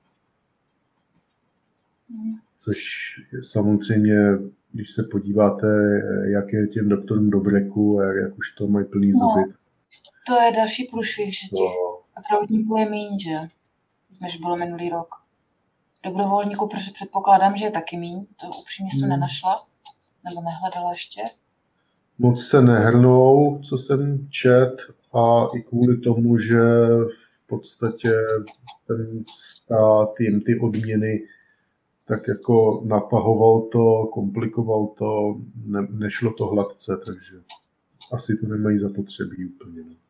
Což samozřejmě, když se podíváte, jak je těm doktorům do breku a jak už to mají plný zuby. No, to je další průšvih, že těch zdravotníků je míň, že? Než bylo minulý rok. Dobrovolníků, protože předpokládám, že je taky míň. To upřímně jsem nenašla, nebo nehledala ještě. Moc se nehrnou, co jsem čet, a i kvůli tomu, že v podstatě ten stát jim ty odměny tak jako napahoval to, komplikoval to, nešlo to hladce, takže asi to nemají zapotřebí úplně. No.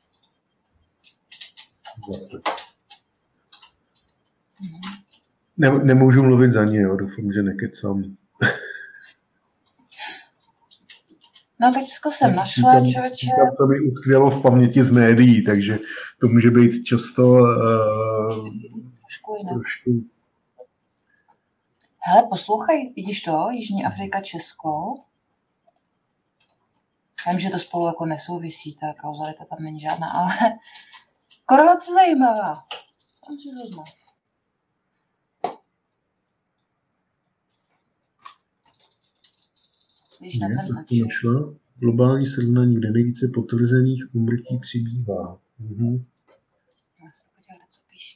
Zase. Nemůžu mluvit za ně, jo, doufám, že nekecám. No teď jsem našla, člověče. Říkám, co mi utkvělo v paměti z médií, takže to může být často trošku. Hele, poslouchej, vidíš to? Jižní Afrika, Česko. Vím, že to spolu jako nesouvisí, ta kauzalita tam není žádná, ale korelace zajímavá. Tam si vezmu. Když na ten naču. Globální srovnání, kde nejvíce potvrzených úmrtí přibývá. Já jsem podívala, co píše.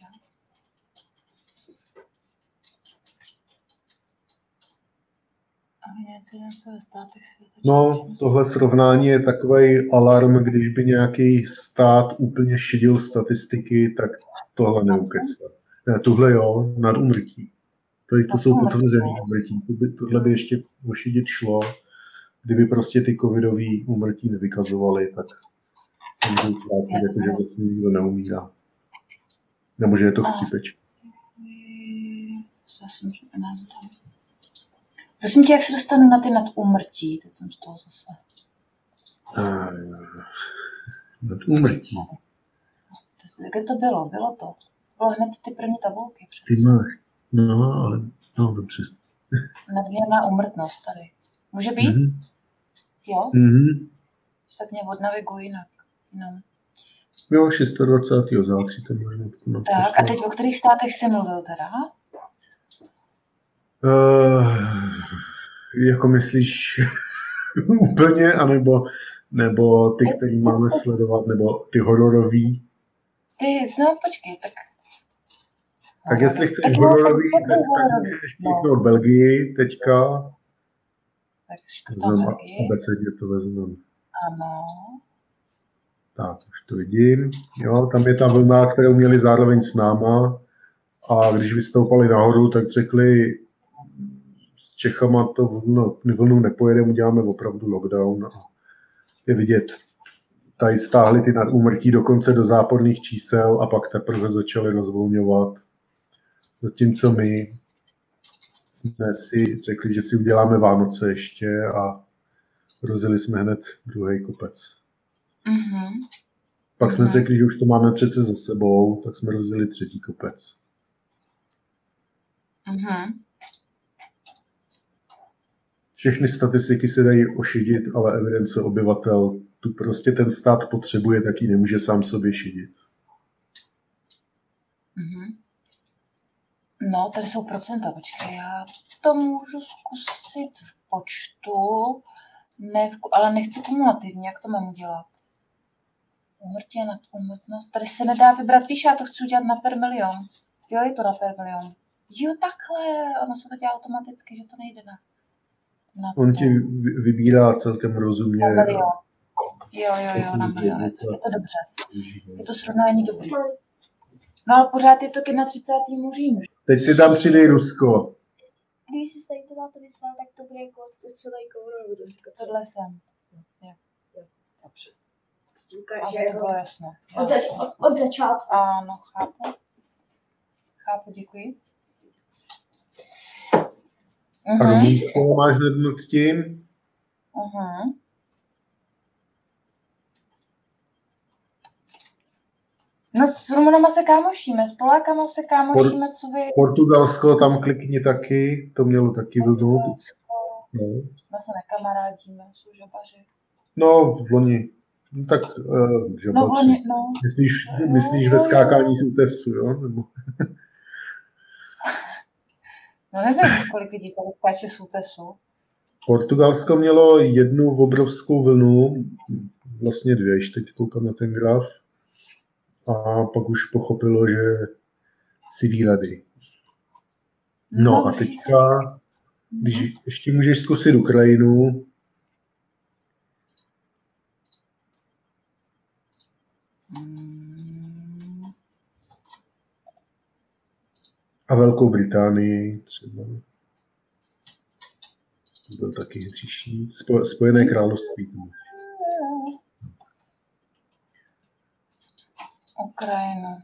Ve státech světa. No, tohle srovnání je takový alarm, když by nějaký stát úplně šidil statistiky, tak tohle neukecá. Ne, tuhle jo, nad úmrtí. To jsou potvrzený úmrtí. Tohle by ještě ošidit šlo. Kdyby prostě ty covidový úmrtí nevykazovaly, tak samozřejmě jako, že vlastně nikdo neumírá. Nebo že je to chřipečka. Prosím tě, jak se dostanu na ty nadúmrtí? Teď jsem z toho zase. Nadúmrtí. Jaké to bylo? Bylo to. Bylo hned ty první tabulky. Ty máš. No, ale no, dobře. Nadměrná úmrtnost tady. Může být? Jo? Tak mě odnaviguji jinak. Jo, 26. září to možná. Tak, a teď o kterých státech jsi mluvil teda? Jako myslíš úplně, nebo ty, který máme sledovat, nebo ty hororový? Počkej, tak... Tak jestli chceš hororový, tak můžeš kliknout Belgii teďka. Tak škrtám Belgii. Abecedně to vezmeme. Ano. Tak, už to vidím. Jo, tam je ta vlna, kterou měli zároveň s náma. A když vystoupali nahoru, tak řekli, s Čechama to vlnu nepojedeme, uděláme opravdu lockdown. A je vidět, tady stáhli ty nadúmrtí dokonce do záporných čísel a pak teprve začali rozvolňovat. Zatímco my jsme si řekli, že si uděláme Vánoce ještě a rozjeli jsme hned druhý kopec. Pak jsme řekli, že už to máme přece za sebou, tak jsme rozjeli třetí kopec. Všechny statistiky se dají ošidit, ale evidence obyvatel, tu prostě ten stát potřebuje, tak ji nemůže sám sobě šidit. No, tady jsou procenta, počkej, já to můžu zkusit v počtu, ale nechci kumulativně, jak to mám udělat? Úmrtí nad úmrtnost, tady se nedá vybrat, víš, já to chci udělat na per milion. Jo, je to na per milion. Jo, takhle, ono se to dělá automaticky, že to nejde na On ti vybírá celkem rozumně. Na milion. Jo, na milion, je to dobře. Je to srovnání dobrý. No ale pořád je to ke 31. říjnu. Teď si tam přidej Rusko. Když si tady to dáte vysel, tak to bude jako celý kourový Rusko. Tohle jsem. Jo. Dobře. A to bylo jasné. Od začátku. Ano, chápu, děkuji. A Rumunsko máš nad tím? No s Rumunama se kámošíme, s Polákama se kámošíme, co vy... Portugalsko, tam klikni taky, to mělo taky vlnu. No. My se nekamarádíme, jsou žabaři. No, v loni. No, tak žabaři. No, v loni, no. Myslíš ve skákání z útesu, jo? Nebo... No nevím, kolik lidí tady skáče z útesu. Portugalsko mělo jednu obrovskou vlnu, vlastně dvě, ještě teď koukám na ten graf. A pak už pochopilo, že si ví rady. No a teďka, když ještě můžeš zkusit Ukrajinu. A Velkou Británii třeba. To byl taky hříšný. Spojené království. Ukrajina.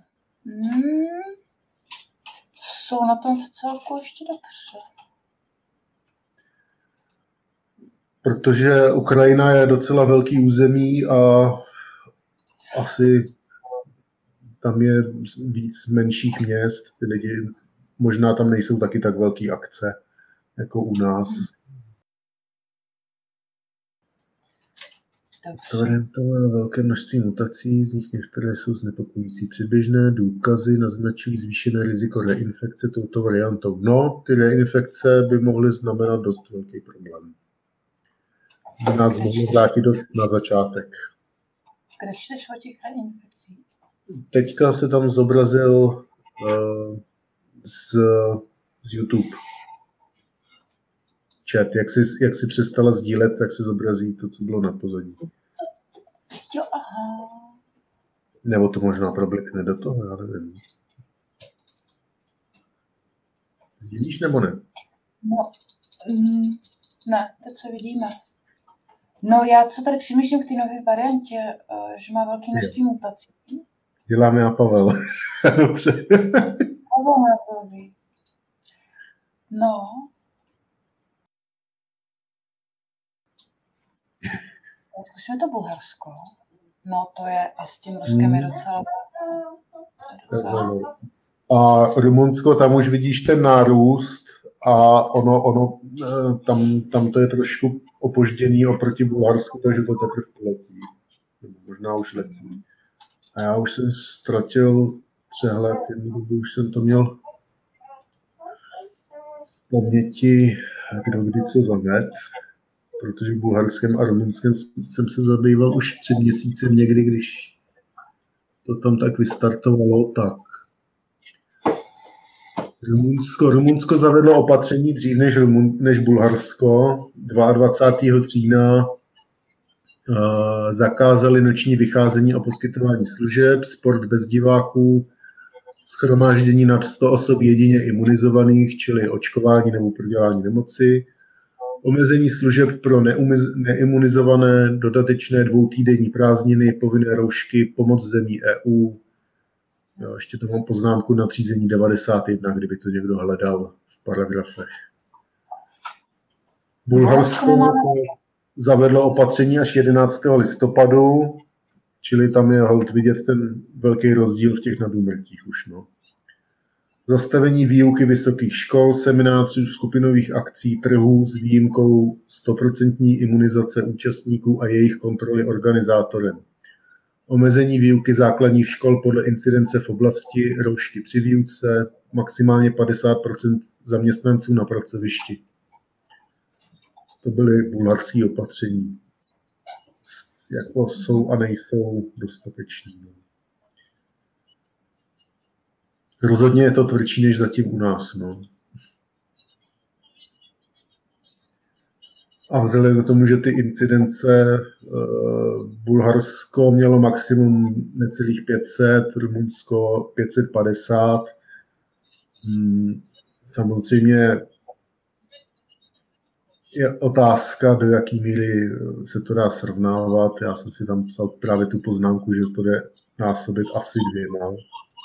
Jsou na tom v celku ještě dobře. Protože Ukrajina je docela velký území a asi tam je víc menších měst. Ty lidi možná tam nejsou taky tak velký akce jako u nás. Variantové velké množství mutací, z nich některé jsou znepokojující. Předběžné důkazy naznačují zvýšené riziko reinfekce touto variantou. No, ty reinfekce by mohly znamenat dost velký problém. By nás mohlo vrátit dost na začátek. Kde čteš o těch reinfekcích? Teďka se tam zobrazil z YouTube chat. Jak si přestala sdílet, tak se zobrazí to, co bylo na pozadí. Jo, aha. Nebo to možná problikne do toho, já nevím. Sdílíš nebo ne? No, ne, teď co vidíme. No já co tady přemýšlím k té nové variantě, že má velký množství mutací. Děláme já Pavel. Dobře. Pavel názorový. No. Zkusíme to Bulharsko. No to je, a s tím Ruskem je docela... A Rumunsko, tam už vidíš ten nárůst a tam to je trošku opožděný oproti Bulharsku, takže to teprve letí. Možná už letí. A já už jsem ztratil přehled, jednu dobu už jsem to měl z paměti, kdo kdy co zaved, protože Bulharskem a Rumunskem jsem se zabýval už 3 měsíce někdy, když to tam tak vystartovalo, tak. Rumunsko zavedlo opatření dřív než Bulharsko. 22. října zakázali noční vycházení a poskytování služeb, sport bez diváků, shromáždění nad 100 osob jedině imunizovaných, čili očkování nebo prodělání nemoci, omezení služeb pro neimunizované, dodatečné 2týdenní prázdniny, povinné roušky, pomoc zemí EU. Jo, ještě to mám poznámku na nařízení 91, kdyby to někdo hledal v paragrafech. Bulharsko zavedlo opatření až 11. listopadu, čili tam je holt vidět ten velký rozdíl v těch nadúmrtích už. No. Zastavení výuky vysokých škol, seminářů, skupinových akcí, trhů s výjimkou 100% imunizace účastníků a jejich kontroly organizátorem. Omezení výuky základních škol podle incidence v oblasti, roušky při výuce, maximálně 50% zaměstnanců na pracovišti. To byly bulharské opatření. Jako jsou a nejsou dostateční. Rozhodně je to tvrdší než zatím u nás. No. A vzhledem k tomu, že ty incidence Bulharsko mělo maximum necelých 500, Rumunsko 550. Samozřejmě je otázka, do jaké míry se to dá srovnávat. Já jsem si tam psal právě tu poznámku, že to jde násobit asi 2.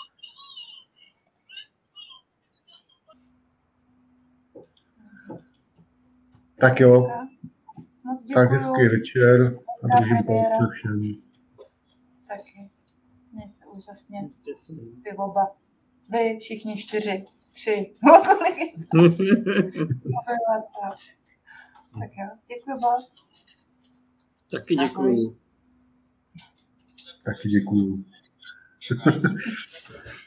Tak jo. Tak hezký večer a držím palce všem. Taky. Mně se úžasně. Vy oba. Vy všichni 4, 3. Tak jo, děkuji moc. Taky děkuji. Taky děkuji.